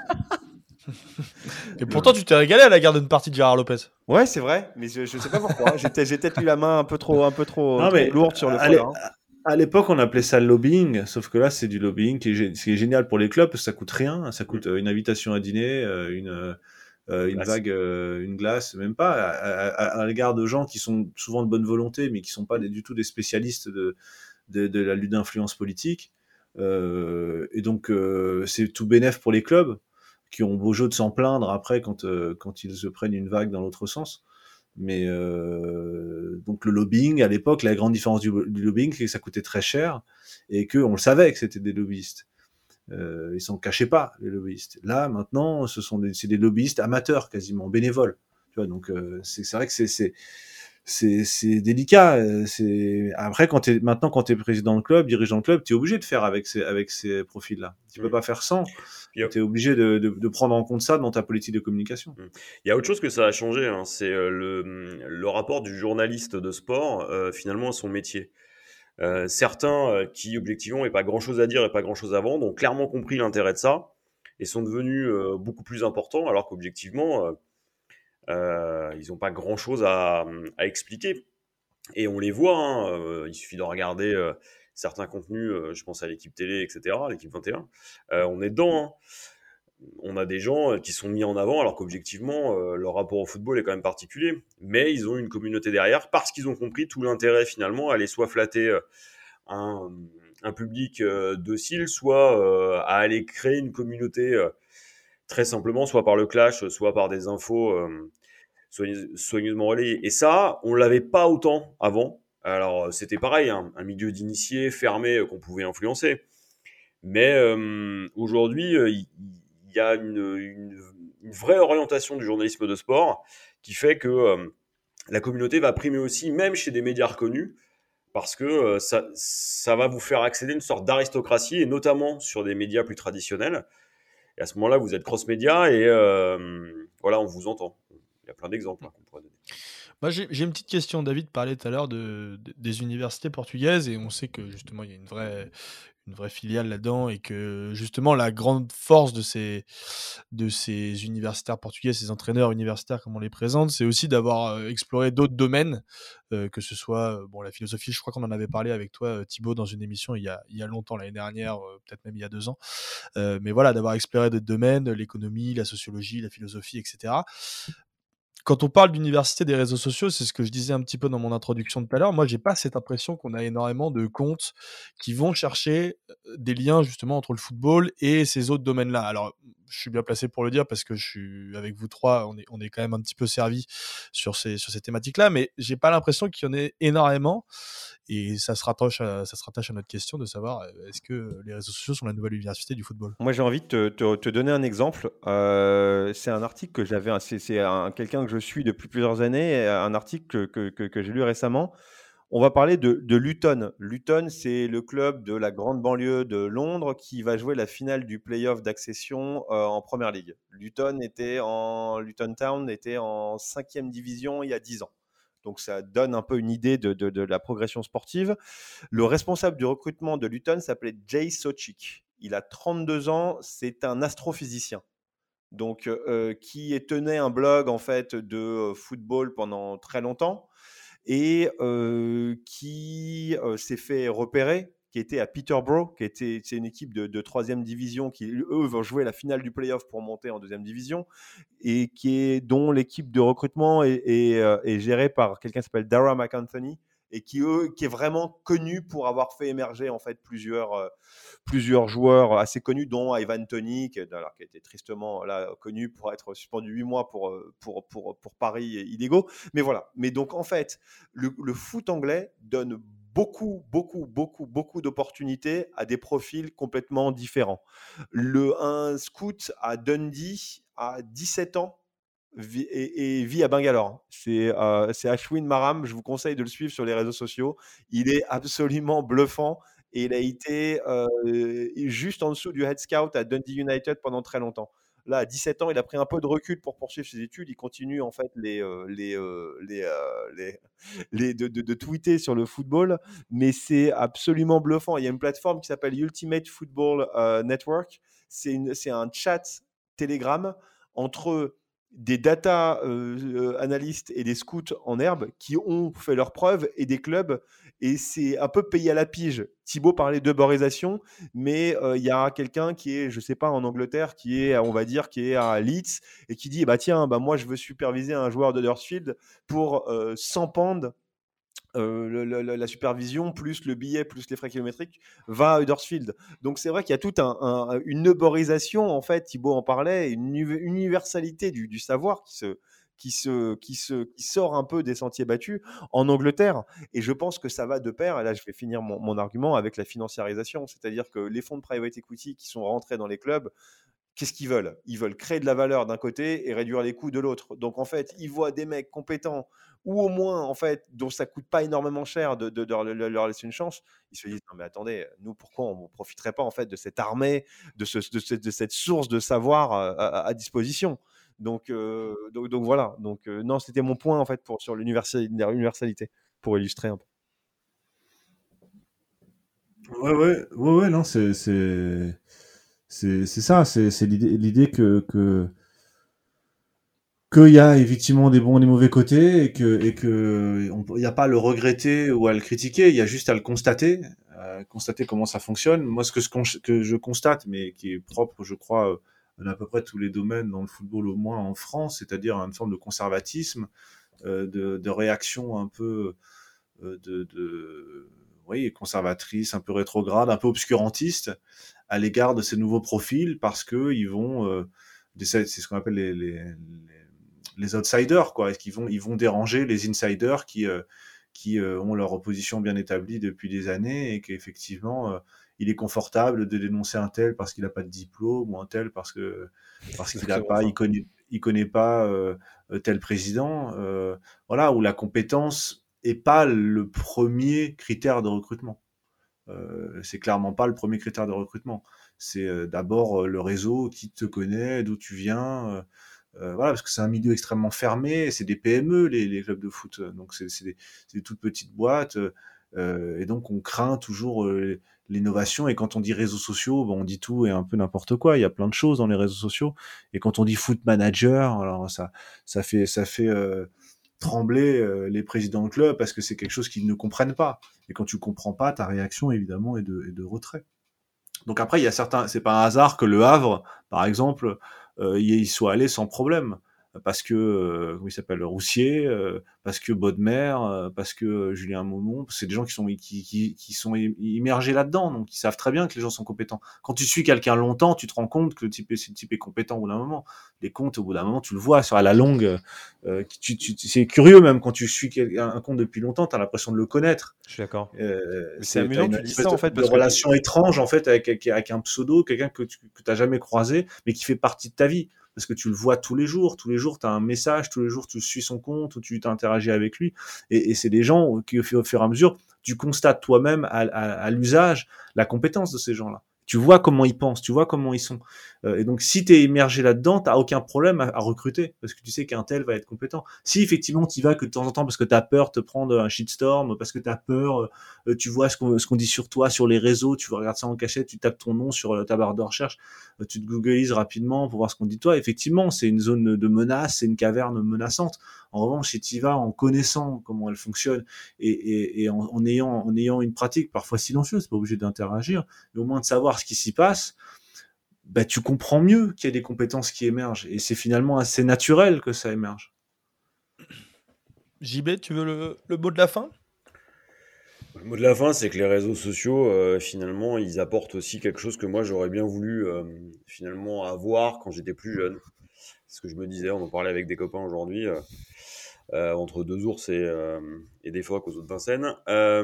Et pourtant, tu t'es régalé à la garden party de Gérard Lopez. Ouais, c'est vrai, mais je sais pas pourquoi. J'ai peut-être eu la main un peu trop lourde sur le front. À l'époque, on appelait ça le lobbying, sauf que là, c'est du lobbying qui est génial pour les clubs parce que ça coûte rien. Ça coûte une invitation à dîner, une vague, une glace, même pas, à l'égard de gens qui sont souvent de bonne volonté, mais qui sont pas du tout des spécialistes de la lutte d'influence politique. Et donc, c'est tout bénef pour les clubs qui ont beau jeu de s'en plaindre après quand ils se prennent une vague dans l'autre sens. Mais donc le lobbying, à l'époque, la grande différence du lobbying, c'est que ça coûtait très cher et qu'on le savait que c'était des lobbyistes. Ils s'en cachaient pas, les lobbyistes. Là, maintenant, c'est des lobbyistes amateurs, quasiment bénévoles. Tu vois, donc c'est vrai que c'est délicat. Après, quand t'es président de club, dirigeant de club, t'es obligé de faire avec ces profils-là. Tu peux pas faire sans. T'es obligé de prendre en compte ça dans ta politique de communication. Il y a autre chose que ça a changé, hein, c'est le rapport du journaliste de sport finalement à son métier. Certains qui objectivement n'avaient pas grand-chose à dire et pas grand-chose à vendre ont clairement compris l'intérêt de ça et sont devenus beaucoup plus importants, alors qu'objectivement ils n'ont pas grand-chose à expliquer. Et on les voit, hein, il suffit de regarder certains contenus, je pense à l'équipe télé, etc., l'équipe 21, on est dedans. Hein. On a des gens qui sont mis en avant alors qu'objectivement, leur rapport au football est quand même particulier. Mais ils ont une communauté derrière parce qu'ils ont compris tout l'intérêt finalement à aller soit flatter un public docile, soit à aller créer une communauté très simplement, soit par le clash, soit par des infos soigneusement relayées. Et ça, on l'avait pas autant avant. Alors, c'était pareil, hein, un milieu d'initiés fermé qu'on pouvait influencer. Mais aujourd'hui, il y a une vraie orientation du journalisme de sport qui fait que la communauté va primer aussi, même chez des médias reconnus, parce que ça va vous faire accéder à une sorte d'aristocratie, et notamment sur des médias plus traditionnels. Et à ce moment-là, vous êtes cross-média et voilà, on vous entend. Il y a plein d'exemples qu'on pourrait donner. Moi, j'ai une petite question. David parlait tout à l'heure des universités portugaises et on sait que justement il y a une vraie filiale là-dedans et que justement la grande force de ces universitaires portugais, ces entraîneurs universitaires comme on les présente, c'est aussi d'avoir exploré d'autres domaines, que ce soit bon, la philosophie, je crois qu'on en avait parlé avec toi Thibaut dans une émission il y a longtemps, l'année dernière, peut-être même il y a 2 ans. Mais voilà, d'avoir exploré d'autres domaines, l'économie, la sociologie, la philosophie, etc. Quand on parle d'université des réseaux sociaux, c'est ce que je disais un petit peu dans mon introduction de tout à l'heure. Moi, j'ai pas cette impression qu'on a énormément de comptes qui vont chercher des liens justement entre le football et ces autres domaines-là. Alors, je suis bien placé pour le dire parce que je suis avec vous trois, on est quand même un petit peu servi sur sur ces thématiques-là, mais j'ai pas l'impression qu'il y en ait énormément. Et ça se rattache à notre question de savoir est-ce que les réseaux sociaux sont la nouvelle université du football? Moi, j'ai envie de te donner un exemple. C'est un article que j'avais, quelqu'un que je suis depuis plusieurs années, un article que j'ai lu récemment. On va parler de Luton. Luton, c'est le club de la grande banlieue de Londres qui va jouer la finale du play-off d'accession en Première Ligue. Luton Town était en 5e division il y a 10 ans. Donc ça donne un peu une idée de la progression sportive. Le responsable du recrutement de Luton s'appelait Jay Sochik. Il a 32 ans, c'est un astrophysicien. Donc, qui tenait un blog en fait de football pendant très longtemps et qui s'est fait repérer, qui était à Peterborough, c'est une équipe de 3e division qui, eux, vont jouer la finale du play-off pour monter en 2e division et dont l'équipe de recrutement est gérée par quelqu'un qui s'appelle Dara McAnthony et qui est vraiment connu pour avoir fait émerger en fait plusieurs joueurs assez connus, dont Ivan Toney, qui a été tristement connu pour être suspendu 8 mois pour paris illégaux. Mais voilà. Mais donc, en fait, le foot anglais donne beaucoup d'opportunités à des profils complètement différents. Un scout à Dundee a 17 ans et vit à Bangalore. C'est Ashwin Maram. Je vous conseille de le suivre sur les réseaux sociaux. Il est absolument bluffant. Et il a été juste en dessous du head scout à Dundee United pendant très longtemps. Là, à 17 ans, il a pris un peu de recul pour poursuivre ses études. Il continue en fait de tweeter sur le football, mais c'est absolument bluffant. Il y a une plateforme qui s'appelle Ultimate Football Network. C'est un chat Telegram entre des data analystes et des scouts en herbe qui ont fait leurs preuves et des clubs, et c'est un peu payé à la pige. Thibaut parlait d'euborisation, mais il y a quelqu'un qui est, je sais pas, en Angleterre, qui est, on va dire, qui est à Leeds et qui dit, bah tiens, bah moi je veux superviser un joueur de Huddersfield pour 100 pounds. La supervision plus le billet plus les frais kilométriques va à Huddersfield. Donc c'est vrai qu'il y a toute une euborisation, en fait, Thibaut en parlait, une universalité du savoir qui sort un peu des sentiers battus en Angleterre. Et je pense que ça va de pair, et là je vais finir mon argument, avec la financiarisation. C'est-à-dire que les fonds de private equity qui sont rentrés dans les clubs, qu'est-ce qu'ils veulent? Ils veulent créer de la valeur d'un côté et réduire les coûts de l'autre. Donc, en fait, ils voient des mecs compétents ou au moins, en fait, dont ça coûte pas énormément cher de leur laisser une chance. Ils se disent, non, mais attendez, nous, pourquoi on ne profiterait pas, en fait, de cette armée, de cette source de savoir à disposition? Donc voilà. Donc, non, c'était mon point, en fait, sur l'universalité, pour illustrer un peu. Ouais, non, c'est ça, c'est l'idée qu'il y a effectivement des bons et des mauvais côtés et que il n'y a pas à le regretter ou à le critiquer, il y a juste à le constater, constater comment ça fonctionne. Moi, que je constate, mais qui est propre, je crois, dans à peu près tous les domaines dans le football, au moins en France, c'est-à-dire une forme de conservatisme, de réaction un peu oui, conservatrice, un peu rétrograde, un peu obscurantiste à l'égard de ces nouveaux profils parce que ils vont c'est ce qu'on appelle les outsiders, quoi. Ils vont déranger les insiders qui ont leur opposition bien établie depuis des années et qu'effectivement il est confortable de dénoncer un tel parce qu'il n'a pas de diplôme ou un tel parce qu'il a pas, il connaît pas tel président, voilà, où la compétence est pas le premier critère de recrutement. C'est clairement pas le premier critère de recrutement. C'est d'abord le réseau, qui te connaît, d'où tu viens, Voilà, parce que c'est un milieu extrêmement fermé, c'est des PME, les clubs de foot, donc c'est des toutes petites boîtes, et donc on craint toujours l'innovation. Et quand on dit réseaux sociaux, bon, on dit tout et un peu n'importe quoi. Il y a plein de choses dans les réseaux sociaux. Et quand on dit foot manager, alors ça fait trembler les présidents de club parce que c'est quelque chose qu'ils ne comprennent pas. Et quand tu comprends pas, ta réaction évidemment est de retrait. Donc après, il y a certains, c'est pas un hasard que Le Havre, par exemple, y soit allé sans problème. Parce que, comment il s'appelle, Roussier, parce que Bodmer, parce que Julien Maumont, c'est des gens qui sont immergés là-dedans, donc ils savent très bien que les gens sont compétents. Quand tu suis quelqu'un longtemps, tu te rends compte que le type est compétent au bout d'un moment. Les comptes, au bout d'un moment, tu le vois sur à la longue. C'est curieux même quand tu suis un compte depuis longtemps, t'as l'impression de le connaître. Je suis d'accord. C'est amusant que tu dis ça, en fait, de parce que relation étrange en fait avec un pseudo, quelqu'un que t'as jamais croisé, mais qui fait partie de ta vie parce que tu le vois tous les jours tu as un message, tous les jours tu suis son compte ou tu t'interagis avec lui, et c'est des gens qui au fur et à mesure tu constates toi-même à l'usage la compétence de ces gens-là. Tu vois comment ils pensent, tu vois comment ils sont. Et donc, si tu es immergé là-dedans, tu n'as aucun problème à recruter, parce que tu sais qu'un tel va être compétent. Si effectivement tu y vas que de temps en temps parce que tu as peur de te prendre un shitstorm, parce que tu as peur, tu vois ce qu'on dit sur toi sur les réseaux, tu regardes ça en cachette, tu tapes ton nom sur ta barre de recherche, tu te googlises rapidement pour voir ce qu'on dit de toi. Effectivement, c'est une zone de menace, c'est une caverne menaçante. En revanche, si tu y vas en connaissant comment elle fonctionne et en ayant une pratique parfois silencieuse, pas obligé d'interagir, mais au moins de savoir ce qui s'y passe, bah, tu comprends mieux qu'il y a des compétences qui émergent. Et c'est finalement assez naturel que ça émerge. JB, tu veux le mot de la fin? Le mot de la fin, c'est que les réseaux sociaux, finalement, ils apportent aussi quelque chose que moi, j'aurais bien voulu, finalement, avoir quand j'étais plus jeune. C'est ce que je me disais, on en parlait avec des copains aujourd'hui, entre deux ours et des phoques aux eaux de Vincennes.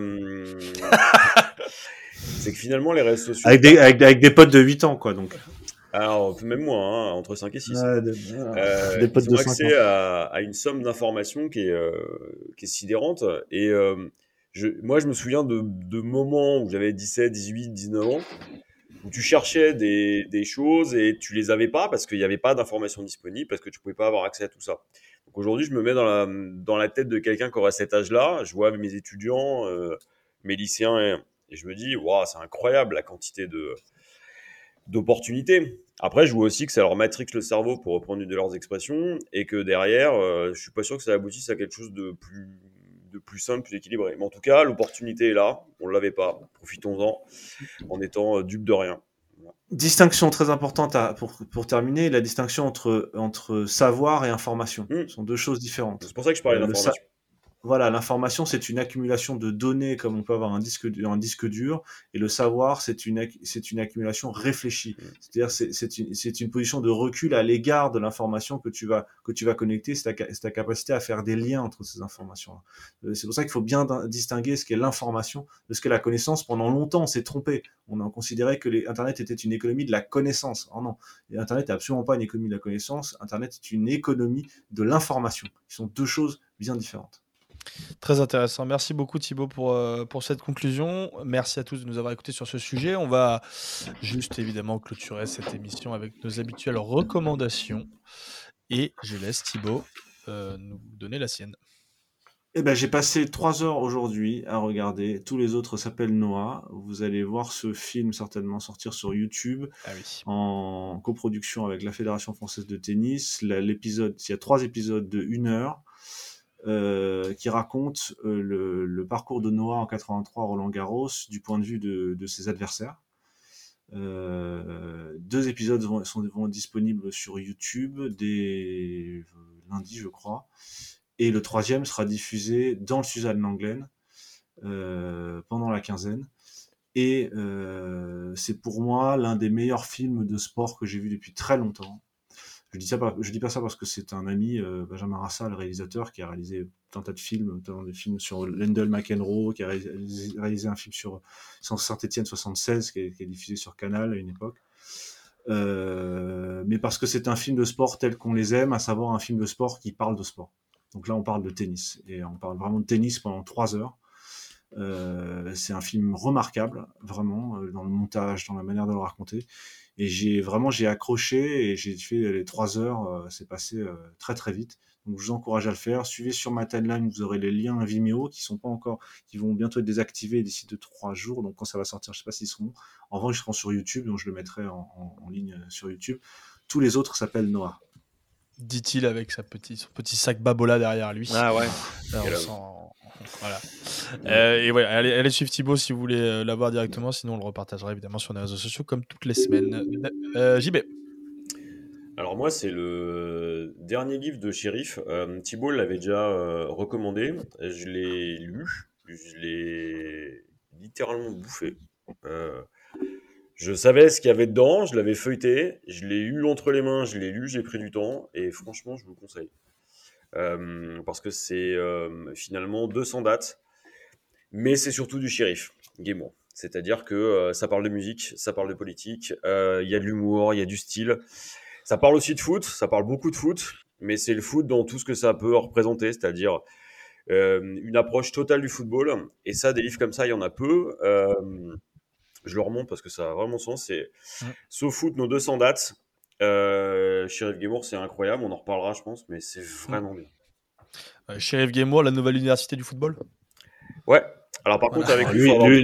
C'est que finalement, les réseaux sociaux... Avec des potes de 8 ans, quoi, donc. Alors, même moi, hein, entre 5 et 6. Des potes ils ont de 5 accès ans. à une somme d'informations qui est sidérante. Et moi, je me souviens de moments où j'avais 17, 18, 19 ans, où tu cherchais des choses et tu les avais pas parce qu'il n'y avait pas d'informations disponibles, parce que tu pouvais pas avoir accès à tout ça. Donc aujourd'hui, je me mets dans la tête de quelqu'un qui aurait cet âge-là. Je vois mes étudiants, mes lycéens, et je me dis, waouh, c'est incroyable la quantité d'opportunités. Après, je vois aussi que ça leur matrix le cerveau, pour reprendre une de leurs expressions, et que derrière, je suis pas sûr que ça aboutisse à quelque chose de plus simple, plus équilibré. Mais en tout cas, l'opportunité est là, on ne l'avait pas, profitons-en, en étant dupe de rien. Distinction très importante pour terminer, la distinction entre savoir et information. Ce sont deux choses différentes. C'est pour ça que je parlais d'information. Voilà, l'information, c'est une accumulation de données comme on peut avoir un disque dur, et le savoir, c'est une accumulation réfléchie. C'est-à-dire, c'est une position de recul à l'égard de l'information que tu vas connecter, c'est ta capacité à faire des liens entre ces informations. C'est pour ça qu'il faut bien distinguer ce qu'est l'information de ce qu'est la connaissance. Pendant longtemps, on s'est trompé. On a considéré que Internet était une économie de la connaissance. Oh non, Internet n'est absolument pas une économie de la connaissance. Internet est une économie de l'information. Ce sont deux choses bien différentes. Très intéressant. Merci beaucoup Thibaut pour cette conclusion. Merci à tous de nous avoir écoutés sur ce sujet. On va juste évidemment clôturer cette émission avec nos habituelles recommandations. Et je laisse Thibaut nous donner la sienne. Eh ben, j'ai passé 3 heures aujourd'hui à regarder. Tous les autres s'appellent Noah. Vous allez voir ce film certainement sortir sur YouTube en coproduction avec la Fédération française de tennis. Il y a 3 épisodes de 1 heure. Qui raconte le parcours de Noah en 83 à Roland-Garros du point de vue de ses adversaires. 2 épisodes vont être disponibles sur YouTube dès lundi, je crois. Et le 3e sera diffusé dans le Suzanne Lenglen pendant la quinzaine. Et c'est pour moi l'un des meilleurs films de sport que j'ai vu depuis très longtemps. Je dis pas ça parce que c'est un ami, Benjamin Rassa, le réalisateur, qui a réalisé un tas de films, notamment des films sur Lendl McEnroe, qui a réalisé un film sur Saint-Étienne 76, qui est diffusé sur Canal à une époque. Mais parce que c'est un film de sport tel qu'on les aime, à savoir un film de sport qui parle de sport. Donc là, on parle de tennis. Et on parle vraiment de tennis pendant 3 heures. C'est un film remarquable, vraiment, dans le montage, dans la manière de le raconter. Et j'ai accroché et j'ai fait les 3 heures, c'est passé très très vite. Donc je vous encourage à le faire. Suivez sur ma timeline, vous aurez les liens Vimeo qui vont bientôt être désactivés d'ici 2-3 jours. Donc quand ça va sortir, je sais pas s'ils seront. En revanche, ils seront sur YouTube, donc je le mettrai en ligne sur YouTube. Tous les autres s'appellent Noah. Dit-il avec son petit sac Babola derrière lui. Ah ouais. Là, on sent... Voilà. Et voilà, allez suivre Thibaut si vous voulez l'avoir directement, sinon on le repartagera évidemment sur les réseaux sociaux comme toutes les semaines. JB. Alors moi, c'est le dernier livre de Shérif. Thibaut l'avait déjà recommandé. Je l'ai lu. Je l'ai littéralement bouffé. Je savais ce qu'il y avait dedans. Je l'avais feuilleté. Je l'ai eu entre les mains. Je l'ai lu. J'ai pris du temps. Et franchement, je vous le conseille. Parce que c'est finalement 200 dates. Mais c'est surtout du Shérif Guémour. C'est-à-dire que ça parle de musique, ça parle de politique. Il y a de l'humour, il y a du style. Ça parle aussi de foot, ça parle beaucoup de foot, mais c'est le foot dans tout ce que ça peut représenter, c'est-à-dire une approche totale du football. Et ça, des livres comme ça, il y en a peu. Je le remonte parce que ça a vraiment sens. C'est SoFoot, nos 200 dates. Shérif Guémour, c'est incroyable, on en reparlera, je pense, mais c'est vraiment bien. Shérif Guémour, la nouvelle université du football. Ouais. Alors par contre, avec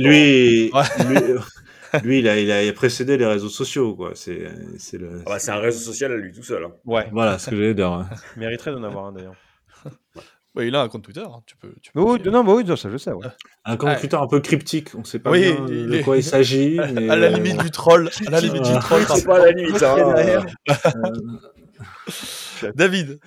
lui, il a précédé les réseaux sociaux, quoi. C'est un réseau social à lui tout seul. Hein. Ouais. Voilà ce que j'allais dire. Il mériterait d'en avoir un d'ailleurs. Ouais, il a un compte Twitter. Hein. Tu peux oui, ça je sais. Ouais. Un compte Twitter un peu cryptique. On ne sait pas bien de quoi il s'agit. Mais à la limite du troll. À la limite du troll. C'est pas à la limite. David.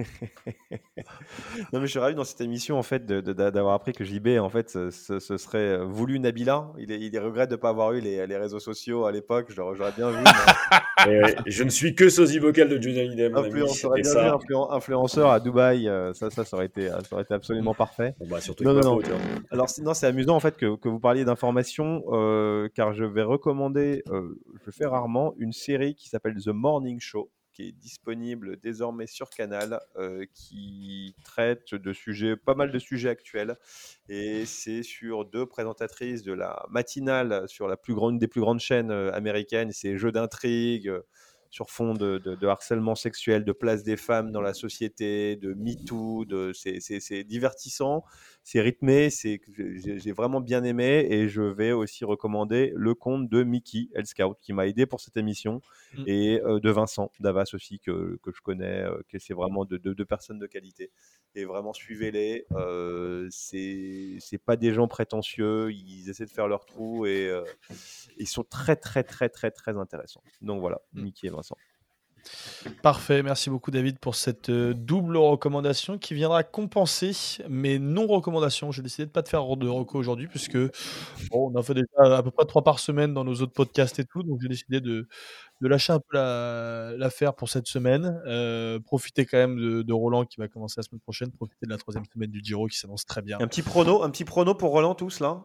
Non mais je suis ravi dans cette émission en fait d'avoir appris que JB en fait ce serait voulu Nabila. Il regrette de ne pas avoir eu les réseaux sociaux à l'époque. J'aurais bien vu. Mais... je ne suis que sosie vocal de Johnny Hallyday, mon ami. J'aurais bien vu influenceur à Dubaï. Ça aurait été absolument parfait. Bon, bah, surtout non. Alors sinon c'est amusant en fait que vous parliez d'informations car je vais recommander. Je le fais rarement une série qui s'appelle The Morning Show, qui est disponible désormais sur Canal, qui traite de pas mal de sujets actuels. Et c'est sur 2 présentatrices de la matinale sur une des plus grandes chaînes américaines. C'est jeux d'intrigue sur fond de harcèlement sexuel, de place des femmes dans la société, de MeToo. C'est divertissant, c'est rythmé, j'ai vraiment bien aimé. Et je vais aussi recommander le compte de Mickey L Scout qui m'a aidé pour cette émission et de Vincent Davas aussi que je connais, que c'est vraiment deux personnes de qualité. Et vraiment suivez-les, c'est pas des gens prétentieux, ils essaient de faire leur trou et ils sont très très très très très intéressants. Donc voilà, Mickey et Vincent. Parfait, merci beaucoup David pour cette double recommandation qui viendra compenser mes non-recommandations. J'ai décidé de ne pas te faire de reco aujourd'hui puisque on a fait déjà à peu près 3 par semaine dans nos autres podcasts et tout, donc j'ai décidé de lâcher un peu l'affaire pour cette semaine. Profitez quand même de Roland qui va commencer la semaine prochaine, profitez de la 3e semaine du Giro qui s'annonce très bien. Un petit prono pour Roland tous là.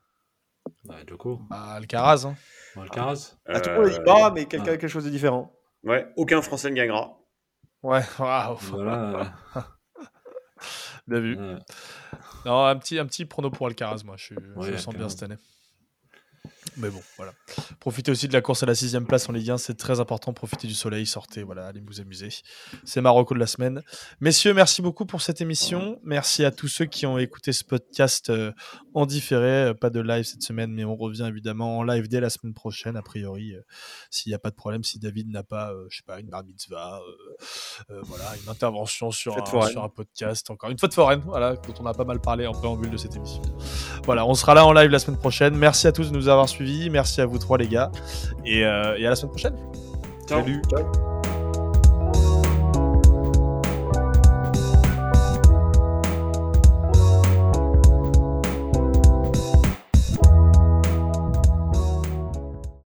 Alcaraz. Hein. Alcaraz. Tout le monde dit pas, mais quelque chose de différent. Ouais, aucun Français ne gagnera. Ouais, waouh. Voilà. Bien vu. Non, un petit prono pour Alcaraz, moi. Je le sens bien cette année. Mais bon, voilà. Profitez aussi de la course à la 6e place en Ligue 1, c'est très important. Profitez du soleil, sortez, voilà, allez vous amuser. C'est ma reco de la semaine. Messieurs, merci beaucoup pour cette émission. Merci à tous ceux qui ont écouté ce podcast en différé. Pas de live cette semaine, mais on revient évidemment en live dès la semaine prochaine, a priori. S'il n'y a pas de problème, si David n'a pas, je sais pas, une bar mitzvah, voilà, une intervention sur un podcast, encore une fête foraine, voilà, dont on a pas mal parlé en préambule de cette émission. Voilà, on sera là en live la semaine prochaine. Merci à tous de nous avoir suivis. Merci à vous 3 les gars. Et à la semaine prochaine. Ciao. Salut. Ciao.